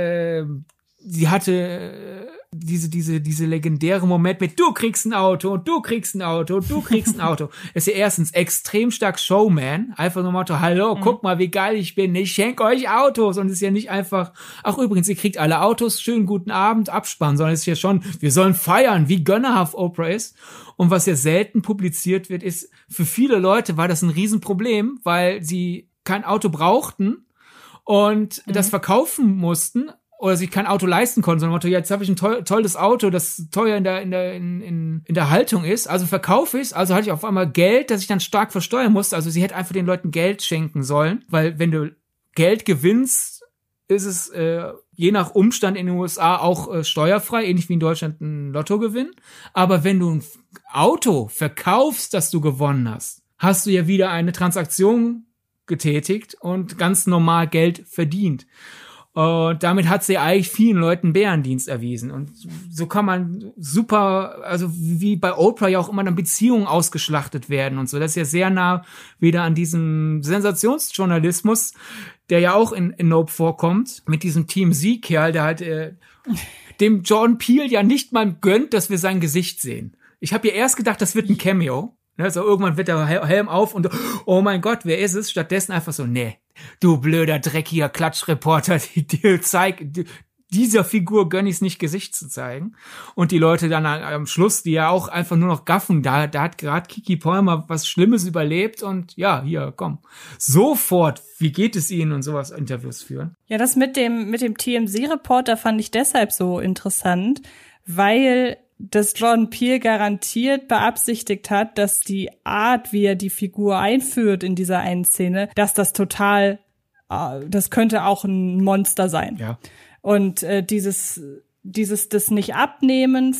sie hatte diese legendäre Moment mit du kriegst ein Auto und du kriegst ein Auto und du kriegst ein Auto. Ist ja erstens extrem stark Showman. Einfach nur Motto, hallo, guck mal, wie geil ich bin. Ich schenke euch Autos. Und es ist ja nicht einfach, ach übrigens, ihr kriegt alle Autos, schönen guten Abend, Abspann, sondern es ist ja schon, wir sollen feiern, wie gönnerhaft Oprah ist. Und was ja selten publiziert wird, ist, für viele Leute war das ein Riesenproblem, weil sie kein Auto brauchten und das verkaufen mussten oder sich kein Auto leisten konnten, sondern jetzt habe ich ein tolles Auto, das teuer in der Haltung ist, also verkaufe ich, also hatte ich auf einmal Geld, das ich dann stark versteuern musste. Also sie hätte einfach den Leuten Geld schenken sollen, weil wenn du Geld gewinnst, ist es je nach Umstand in den USA auch steuerfrei, ähnlich wie in Deutschland ein Lottogewinn. Aber wenn du ein Auto verkaufst, das du gewonnen hast, hast du ja wieder eine Transaktion getätigt und ganz normal Geld verdient. Und damit hat sie eigentlich vielen Leuten Bärendienst erwiesen. Und so kann man super, also wie bei Oprah ja auch immer dann Beziehungen ausgeschlachtet werden und so. Das ist ja sehr nah wieder an diesem Sensationsjournalismus, der ja auch in Nope vorkommt, mit diesem TMZ-Kerl, der halt dem Jordan Peele ja nicht mal gönnt, dass wir sein Gesicht sehen. Ich habe ja erst gedacht, das wird ein Cameo. So irgendwann wird der Helm auf und oh mein Gott, wer ist es? Stattdessen einfach so, nee, du blöder, dreckiger Klatschreporter, dieser Figur gönn ich's nicht, Gesicht zu zeigen. Und die Leute dann am Schluss, die ja auch einfach nur noch gaffen, da hat gerade Keke Palmer was Schlimmes überlebt und ja, hier, komm. Sofort, wie geht es Ihnen und sowas Interviews führen. Ja, das mit dem TMZ-Reporter fand ich deshalb so interessant, weil das Jordan Peele garantiert beabsichtigt hat, dass die Art, wie er die Figur einführt in dieser einen Szene, dass das total, das könnte auch ein Monster sein. Ja. Und das nicht Abnehmen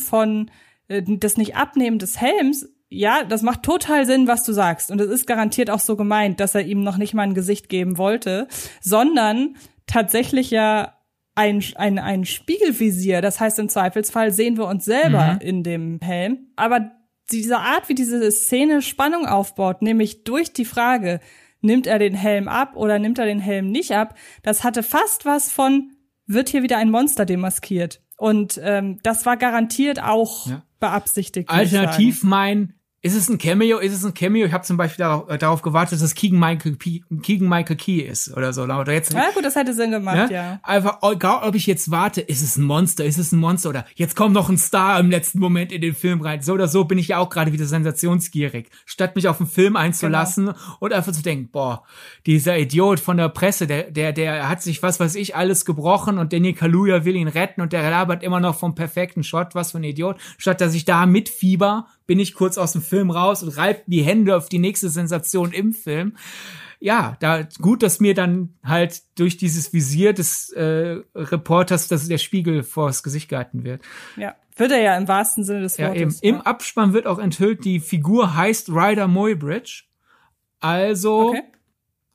des Helms, ja, das macht total Sinn, was du sagst. Und es ist garantiert auch so gemeint, dass er ihm noch nicht mal ein Gesicht geben wollte, sondern tatsächlich ja ein Spiegelvisier. Das heißt, im Zweifelsfall sehen wir uns selber in dem Helm. Aber diese Art, wie diese Szene Spannung aufbaut, nämlich durch die Frage, nimmt er den Helm ab oder nimmt er den Helm nicht ab, das hatte fast was von, wird hier wieder ein Monster demaskiert. Und das war garantiert auch beabsichtigt. Alternativ ist es ein Cameo? Ich habe zum Beispiel darauf gewartet, dass es Keegan-Michael Key ist oder so. Oder jetzt, ja gut, das hätte Sinn gemacht, ja. Einfach, egal ob ich jetzt warte, ist es ein Monster oder jetzt kommt noch ein Star im letzten Moment in den Film rein. So oder so bin ich ja auch gerade wieder sensationsgierig. Statt mich auf den Film einzulassen und einfach zu denken, boah, dieser Idiot von der Presse, der hat sich was weiß ich alles gebrochen und Daniel Kaluuya will ihn retten und der labert immer noch vom perfekten Shot, was für ein Idiot. Statt dass ich da mitfieber, bin ich kurz aus dem Film raus und reibe die Hände auf die nächste Sensation im Film. Ja, gut, dass mir dann halt durch dieses Visier des Reporters, dass der Spiegel vors Gesicht gehalten wird. Ja, wird er ja im wahrsten Sinne des Wortes. Ja, eben. Im Abspann wird auch enthüllt, die Figur heißt Ryder Muybridge. Also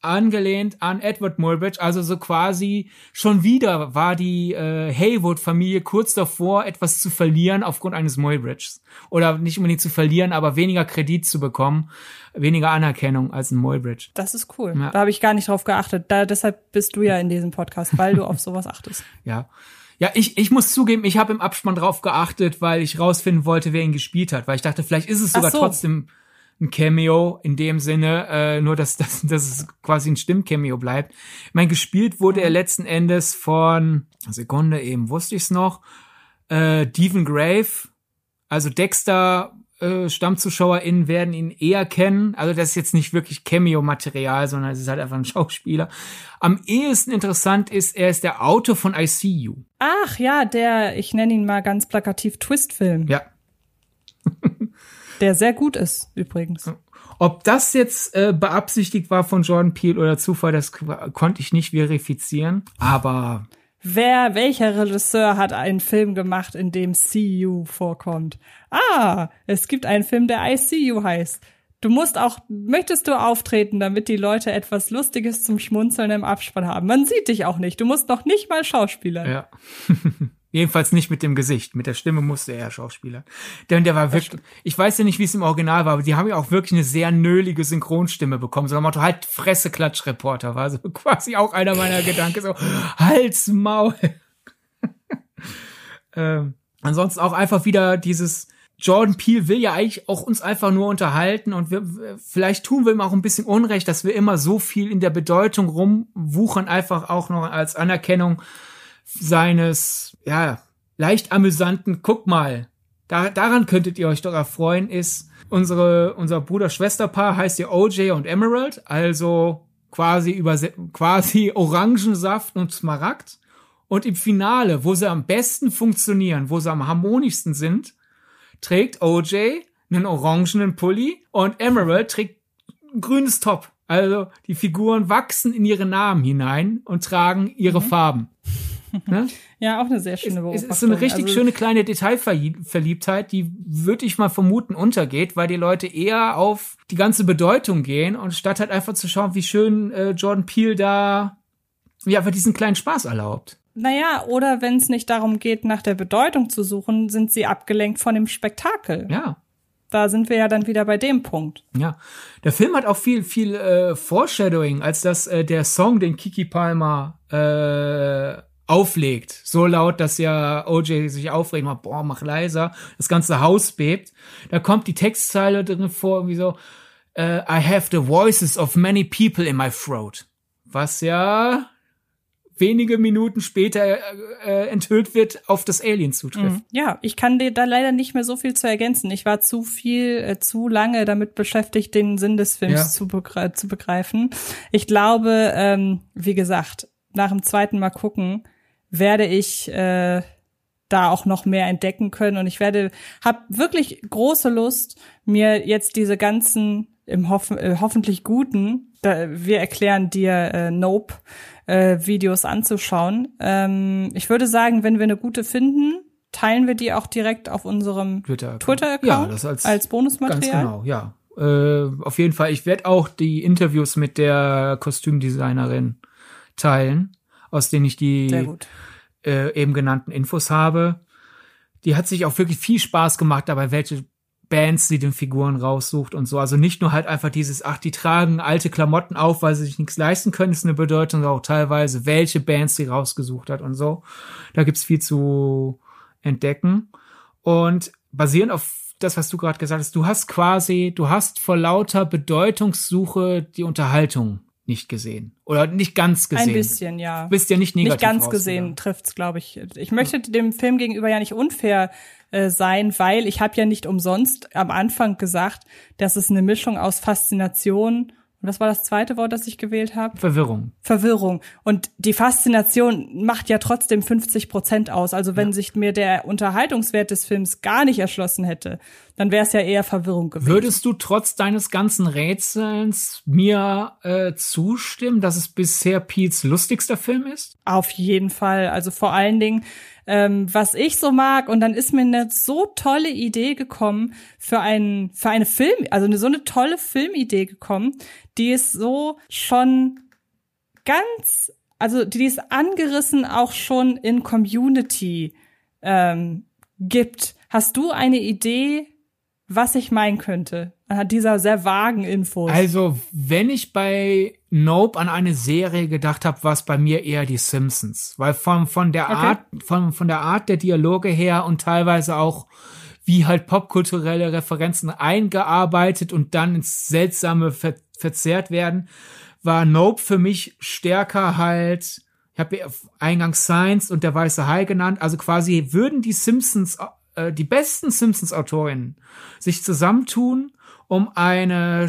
angelehnt an Edward Muybridge, also so quasi schon wieder war die Heywood-Familie kurz davor, etwas zu verlieren aufgrund eines Muybridges. Oder nicht unbedingt zu verlieren, aber weniger Kredit zu bekommen, weniger Anerkennung als ein Muybridge. Das ist cool. Ja. Da habe ich gar nicht drauf geachtet. Deshalb bist du ja in diesem Podcast, weil du auf sowas achtest. Ja. Ja, ich muss zugeben, ich habe im Abspann drauf geachtet, weil ich rausfinden wollte, wer ihn gespielt hat. Weil ich dachte, vielleicht ist es sogar trotzdem ein Cameo in dem Sinne, nur dass es quasi ein Stimmcameo bleibt. Ich meine, gespielt wurde er letzten Endes von, Sekunde, eben wusste ich's noch, Stephen Grave, also Dexter, StammzuschauerInnen werden ihn eher kennen. Also das ist jetzt nicht wirklich Cameo-Material, sondern es ist halt einfach ein Schauspieler. Am ehesten interessant ist, er ist der Autor von I See You. Ach ja, ich nenne ihn mal ganz plakativ Twist-Film. Ja. Der sehr gut ist, übrigens. Ob das jetzt beabsichtigt war von Jordan Peele oder Zufall, das konnte ich nicht verifizieren. Aber welcher Regisseur hat einen Film gemacht, in dem See You vorkommt? Es gibt einen Film, der I See You heißt. Möchtest du auftreten, damit die Leute etwas Lustiges zum Schmunzeln im Abspann haben? Man sieht dich auch nicht. Du musst noch nicht mal schauspielern. Ja. Jedenfalls nicht mit dem Gesicht. Mit der Stimme musste er Schauspieler. Denn der war wirklich, ich weiß ja nicht, wie es im Original war, aber die haben ja auch wirklich eine sehr nölige Synchronstimme bekommen. So ein Motto, halt Fresse, Klatschreporter, war so quasi auch einer meiner Gedanken. So, Hals, Maul. Ansonsten auch einfach wieder dieses, Jordan Peele will ja eigentlich auch uns einfach nur unterhalten und vielleicht tun wir ihm auch ein bisschen Unrecht, dass wir immer so viel in der Bedeutung rumwuchern, einfach auch noch als Anerkennung seines, leicht amüsanten, guck mal, daran könntet ihr euch doch erfreuen, ist unser Bruder-Schwester-Paar heißt ja OJ und Emerald, also quasi Orangensaft und Smaragd. Und im Finale, wo sie am besten funktionieren, wo sie am harmonischsten sind, trägt OJ einen orangenen Pulli und Emerald trägt ein grünes Top. Also die Figuren wachsen in ihre Namen hinein und tragen ihre Farben. Ne? Ja, auch eine sehr schöne Beobachtung. Es ist eine richtig schöne kleine Detailverliebtheit, die, würde ich mal vermuten, untergeht, weil die Leute eher auf die ganze Bedeutung gehen und statt halt einfach zu schauen, wie schön Jordan Peele da einfach diesen kleinen Spaß erlaubt. Naja, oder wenn es nicht darum geht, nach der Bedeutung zu suchen, sind sie abgelenkt von dem Spektakel. Ja. Da sind wir ja dann wieder bei dem Punkt. Ja, der Film hat auch viel Foreshadowing, als dass der Song, den Keke Palmer auflegt, so laut, dass ja OJ sich aufregt, macht, boah, mach leiser, das ganze Haus bebt. Da kommt die Textzeile drin vor, irgendwie so, I have the voices of many people in my throat. Was ja wenige Minuten später enthüllt wird, auf das Alien zutrifft. Ja, ich kann dir da leider nicht mehr so viel zu ergänzen. Ich war zu lange damit beschäftigt, den Sinn des Films zu begreifen. Ich glaube, wie gesagt, nach dem zweiten Mal gucken, werde ich da auch noch mehr entdecken können und ich habe wirklich große Lust, mir jetzt diese ganzen hoffentlich guten, wir erklären dir Nope, Videos anzuschauen. Ich würde sagen, wenn wir eine gute finden, teilen wir die auch direkt auf unserem Twitter-Account ja, das als Bonusmaterial. Ganz genau, ja. Auf jeden Fall, ich werde auch die Interviews mit der Kostümdesignerin teilen, aus denen ich die eben genannten Infos habe. Die hat sich auch wirklich viel Spaß gemacht dabei, welche Bands sie den Figuren raussucht und so. Also nicht nur halt einfach dieses, die tragen alte Klamotten auf, weil sie sich nichts leisten können, ist eine Bedeutung, sondern auch teilweise, welche Bands sie rausgesucht hat und so. Da gibt's viel zu entdecken. Und basierend auf das, was du gerade gesagt hast, du hast vor lauter Bedeutungssuche die Unterhaltung nicht gesehen. Oder nicht ganz gesehen. Ein bisschen, ja. Du bist ja nicht negativ nicht ganz gesehen, trifft's, glaube ich. Ich möchte dem Film gegenüber ja nicht unfair sein, weil ich habe ja nicht umsonst am Anfang gesagt, dass es eine Mischung aus Faszination, und was war das zweite Wort, das ich gewählt habe? Verwirrung. Und die Faszination macht ja trotzdem 50% aus. Also wenn sich mir der Unterhaltungswert des Films gar nicht erschlossen hätte, dann wäre es ja eher Verwirrung gewesen. Würdest du trotz deines ganzen Rätselns mir zustimmen, dass es bisher Peels lustigster Film ist? Auf jeden Fall. Also vor allen Dingen, was ich so mag, und dann ist mir eine so tolle Idee gekommen für eine so eine tolle Filmidee gekommen, die ist so schon ganz, also die ist angerissen auch schon in Community gibt. Hast du eine Idee, was ich meinen könnte, anhand dieser sehr vagen Infos? Also, wenn ich bei Nope an eine Serie gedacht habe, war es bei mir eher die Simpsons, weil von der Art der Dialoge her und teilweise auch wie halt popkulturelle Referenzen eingearbeitet und dann ins Seltsame verzerrt werden, war Nope für mich stärker halt, ich habe ja eingangs Science und der Weiße Hai genannt, also quasi würden die Simpsons, die besten Simpsons-Autorinnen sich zusammentun, um eine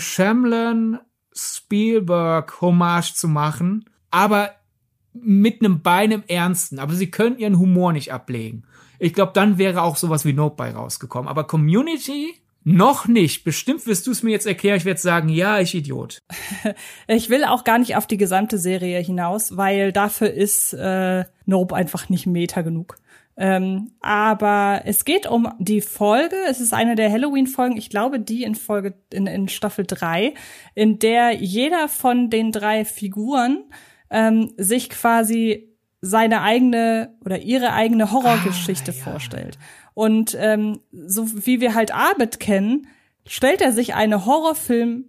Shyamalan-Spielberg-Hommage zu machen, aber mit einem Bein im Ernsten. Aber sie können ihren Humor nicht ablegen. Ich glaube, dann wäre auch sowas wie Nope bei rausgekommen. Aber Community noch nicht. Bestimmt wirst du es mir jetzt erklären. Ich werde sagen, ja, ich Idiot. Ich will auch gar nicht auf die gesamte Serie hinaus, weil dafür ist Nope einfach nicht Meta genug. Aber es geht um die Folge. Es ist eine der Halloween-Folgen. Ich glaube, die in Staffel 3, in der jeder von den 3 Figuren sich quasi seine eigene oder ihre eigene Horrorgeschichte vorstellt. Und so wie wir halt Abed kennen, stellt er sich einen Horrorfilm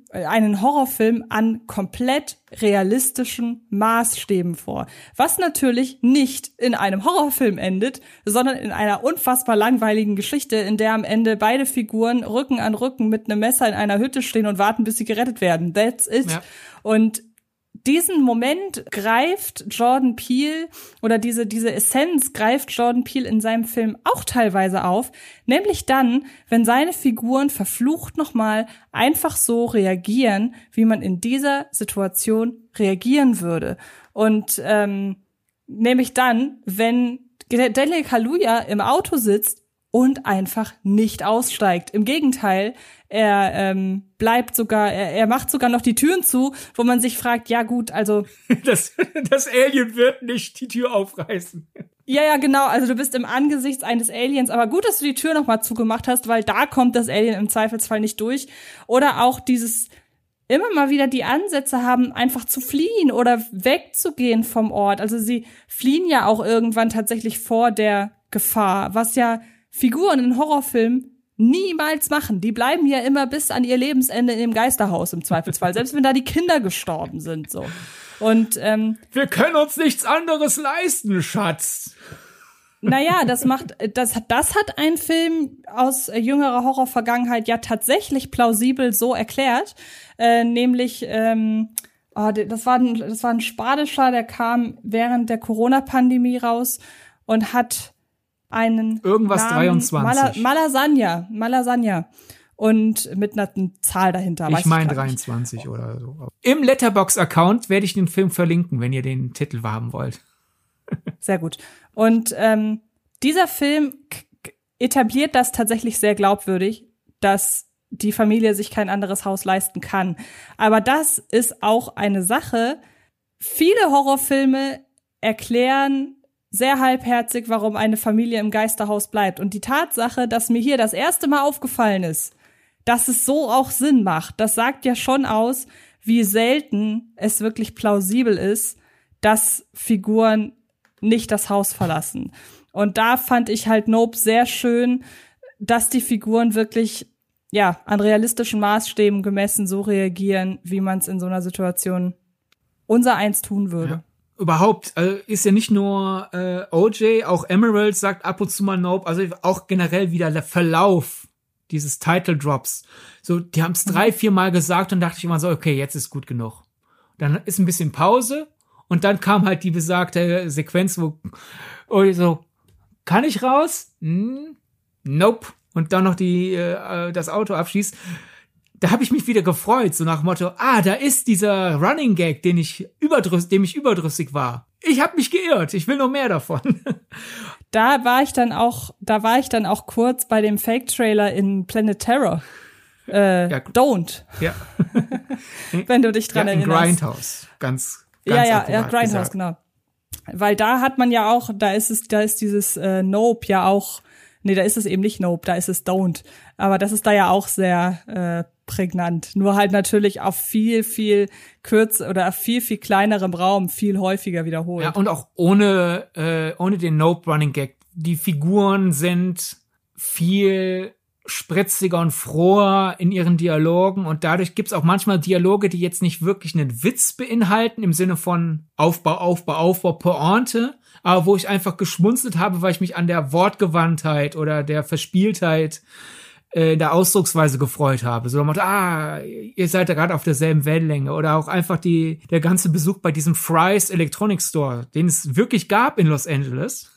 an komplett realistischen Maßstäben vor. Was natürlich nicht in einem Horrorfilm endet, sondern in einer unfassbar langweiligen Geschichte, in der am Ende beide Figuren Rücken an Rücken mit einem Messer in einer Hütte stehen und warten, bis sie gerettet werden. That's it. Ja. Und diesen Moment greift Jordan Peele oder diese Essenz greift Jordan Peele in seinem Film auch teilweise auf, nämlich dann, wenn seine Figuren verflucht nochmal einfach so reagieren, wie man in dieser Situation reagieren würde. Und nämlich dann, wenn Daniel Kaluuya im Auto sitzt und einfach nicht aussteigt. Im Gegenteil, er macht sogar noch die Türen zu, wo man sich fragt, ja gut, also das Alien wird nicht die Tür aufreißen. Ja, genau, also du bist im Angesicht eines Aliens, aber gut, dass du die Tür noch mal zugemacht hast, weil da kommt das Alien im Zweifelsfall nicht durch. Oder auch dieses immer mal wieder die Ansätze haben, einfach zu fliehen oder wegzugehen vom Ort. Also sie fliehen ja auch irgendwann tatsächlich vor der Gefahr, was ja Figuren in Horrorfilmen niemals machen. Die bleiben ja immer bis an ihr Lebensende in dem Geisterhaus im Zweifelsfall, selbst wenn da die Kinder gestorben sind, so. Und wir können uns nichts anderes leisten, Schatz. Naja, das hat ein Film aus jüngerer Horrorvergangenheit ja tatsächlich plausibel so erklärt, nämlich das war ein spanischer, der kam während der Corona-Pandemie raus und hat einen irgendwas Namen, 23. Malasagna. Und mit einer Zahl dahinter. Ich meine 23 oder so. Im Letterboxd-Account werde ich den Film verlinken, wenn ihr den Titel haben wollt. Sehr gut. Und dieser Film etabliert das tatsächlich sehr glaubwürdig, dass die Familie sich kein anderes Haus leisten kann. Aber das ist auch eine Sache. Viele Horrorfilme erklären sehr halbherzig, warum eine Familie im Geisterhaus bleibt. Und die Tatsache, dass mir hier das erste Mal aufgefallen ist, dass es so auch Sinn macht, das sagt ja schon aus, wie selten es wirklich plausibel ist, dass Figuren nicht das Haus verlassen. Und da fand ich halt Nope sehr schön, dass die Figuren wirklich an realistischen Maßstäben gemessen so reagieren, wie man es in so einer Situation unsereins tun würde. Ja. Überhaupt ist ja nicht nur OJ, auch Emerald sagt ab und zu mal Nope, also auch generell wieder der Verlauf dieses Title Drops. So, die haben es 3-4 Mal gesagt und dachte ich immer so, okay, jetzt ist gut genug. Dann ist ein bisschen Pause und dann kam halt die besagte Sequenz, wo so, kann ich raus? Nope. Und dann noch das Auto abschießt. Da habe ich mich wieder gefreut, so nach dem Motto, da ist dieser Running Gag, dem ich überdrüssig war. ich habe mich geirrt, ich will noch mehr davon. Da war ich dann auch kurz bei dem Fake-Trailer in Planet Terror. Don't. Ja. Wenn du dich dran erinnerst. Grindhouse. Ganz ja, Grindhouse, gesagt. Genau. Weil da hat man ja auch, da ist dieses Nope ja auch, nee, da ist es eben nicht Nope, da ist es Don't. Aber das ist da ja auch sehr prägnant. Nur halt natürlich auf viel, viel kürzer oder auf viel, viel kleinerem Raum viel häufiger wiederholt. Ja, und auch ohne den Nope Running Gag. Die Figuren sind viel spritziger und froher in ihren Dialogen und dadurch gibt's auch manchmal Dialoge, die jetzt nicht wirklich einen Witz beinhalten, im Sinne von Aufbau, Pointe, aber wo ich einfach geschmunzelt habe, weil ich mich an der Wortgewandtheit oder der Verspieltheit der Ausdrucksweise gefreut habe. So, ihr seid ja gerade auf derselben Wellenlänge. Oder auch einfach der ganze Besuch bei diesem Fry's Electronic Store, den es wirklich gab in Los Angeles.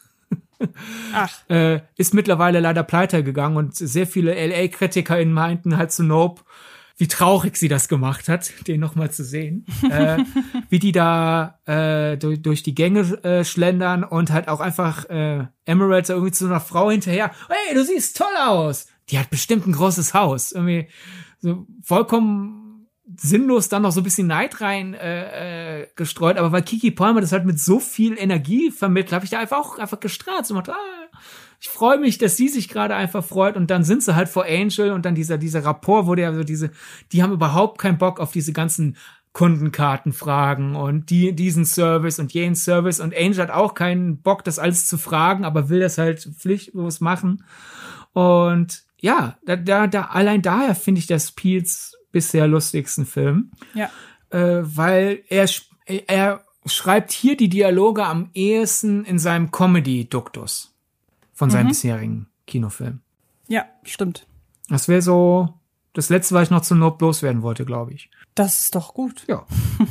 Ist mittlerweile leider pleite gegangen und sehr viele LA-KritikerInnen meinten halt zu Nope, wie traurig sie das gemacht hat, den nochmal zu sehen. Wie die da durch die Gänge schlendern und halt auch einfach Emerald irgendwie zu einer Frau hinterher, hey, du siehst toll aus. Die hat bestimmt ein großes Haus. Irgendwie so vollkommen sinnlos dann noch so ein bisschen Neid rein gestreut, aber weil Keke Palmer das halt mit so viel Energie vermittelt, habe ich da einfach gestrahlt und gemacht, ich freue mich, dass sie sich gerade einfach freut und dann sind sie halt vor Angel und dann dieser Rapport, wo die haben überhaupt keinen Bock auf diese ganzen Kundenkartenfragen und diesen Service und jenen Service und Angel hat auch keinen Bock, das alles zu fragen, aber will das halt pflichtlos machen und ja, allein daher finde ich das Peels bisher lustigsten Film. Ja. Weil er schreibt hier die Dialoge am ehesten in seinem Comedy-Duktus von seinem bisherigen Kinofilm. Ja, stimmt. Das wäre so das Letzte, was ich noch zu Nope loswerden wollte, glaube ich. Das ist doch gut. Ja.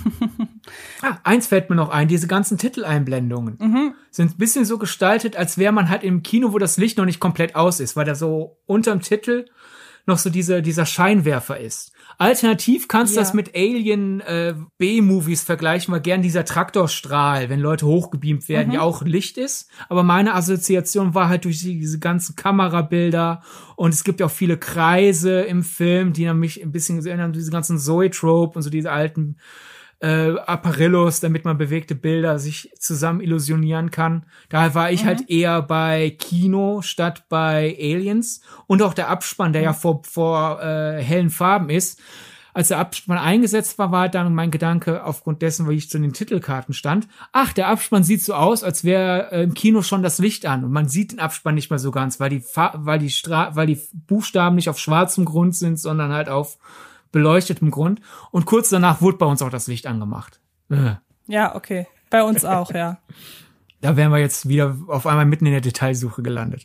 Eins fällt mir noch ein, diese ganzen Titeleinblendungen sind ein bisschen so gestaltet, als wäre man halt im Kino, wo das Licht noch nicht komplett aus ist, weil da so unterm Titel noch so dieser Scheinwerfer ist. Alternativ kannst du das mit Alien B-Movies vergleichen, weil gern dieser Traktorstrahl, wenn Leute hochgebeamt werden, ja auch Licht ist. Aber meine Assoziation war halt durch diese ganzen Kamerabilder und es gibt ja auch viele Kreise im Film, die mich ein bisschen erinnern, diese ganzen Zoetrope und so diese alten Apparillos, damit man bewegte Bilder sich zusammen illusionieren kann. Daher war ich halt eher bei Kino statt bei Aliens. Und auch der Abspann, der ja vor hellen Farben ist. Als der Abspann eingesetzt war halt dann mein Gedanke, aufgrund dessen, wie ich zu den Titelkarten stand, der Abspann sieht so aus, als wäre im Kino schon das Licht an. Und man sieht den Abspann nicht mehr so ganz, weil die Buchstaben nicht auf schwarzem Grund sind, sondern halt auf beleuchtetem Grund. Und kurz danach wurde bei uns auch das Licht angemacht. Ja, okay. Bei uns auch, ja. Da wären wir jetzt wieder auf einmal mitten in der Detailsuche gelandet.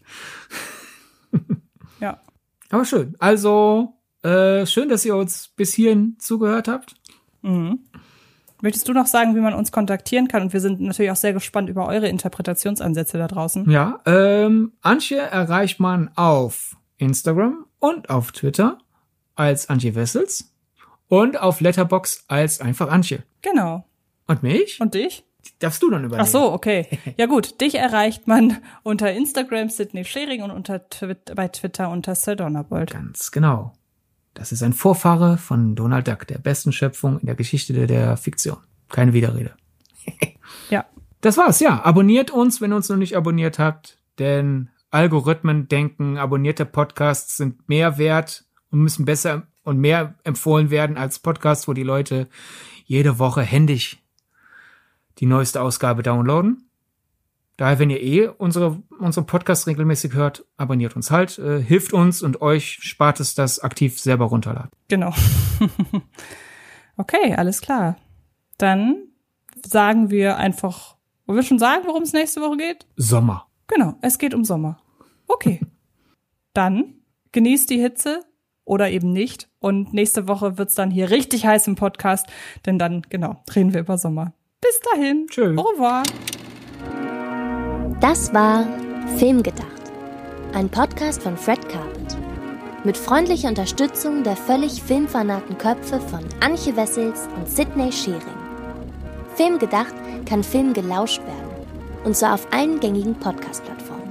Ja. Aber schön. Also, schön, dass ihr uns bis hierhin zugehört habt. Möchtest du noch sagen, wie man uns kontaktieren kann? Und wir sind natürlich auch sehr gespannt über eure Interpretationsansätze da draußen. Ja, Antje erreicht man auf Instagram und auf Twitter als Antje Wessels und auf Letterboxd als einfach Antje. Genau. Und mich? Und dich? Darfst du dann übernehmen. Ach so, okay. Ja gut, dich erreicht man unter Instagram Sydney Schering und bei Twitter unter Sir Donnerbold. Ganz genau. Das ist ein Vorfahre von Donald Duck, der besten Schöpfung in der Geschichte der Fiktion. Keine Widerrede. Ja. Das war's, ja. Abonniert uns, wenn ihr uns noch nicht abonniert habt, denn Algorithmen denken, abonnierte Podcasts sind mehr wert und müssen besser und mehr empfohlen werden als Podcasts, wo die Leute jede Woche händisch die neueste Ausgabe downloaden. Daher, wenn ihr unsere Podcasts regelmäßig hört, abonniert uns halt, hilft uns und euch spart es das aktiv selber runterladen. Genau. Okay, alles klar. Dann sagen wir einfach, wollen wir schon sagen, worum es nächste Woche geht? Sommer. Genau, es geht um Sommer. Okay. Dann genießt die Hitze. Oder eben nicht. Und nächste Woche wird's dann hier richtig heiß im Podcast, denn dann, reden wir über Sommer. Bis dahin. Tschö. Au revoir. Das war Filmgedacht, ein Podcast von Fred Carpet. Mit freundlicher Unterstützung der völlig filmfanaten Köpfe von Antje Wessels und Sydney Schering. Film gedacht kann Film gelauscht werden. Und zwar auf allen gängigen Podcast-Plattformen.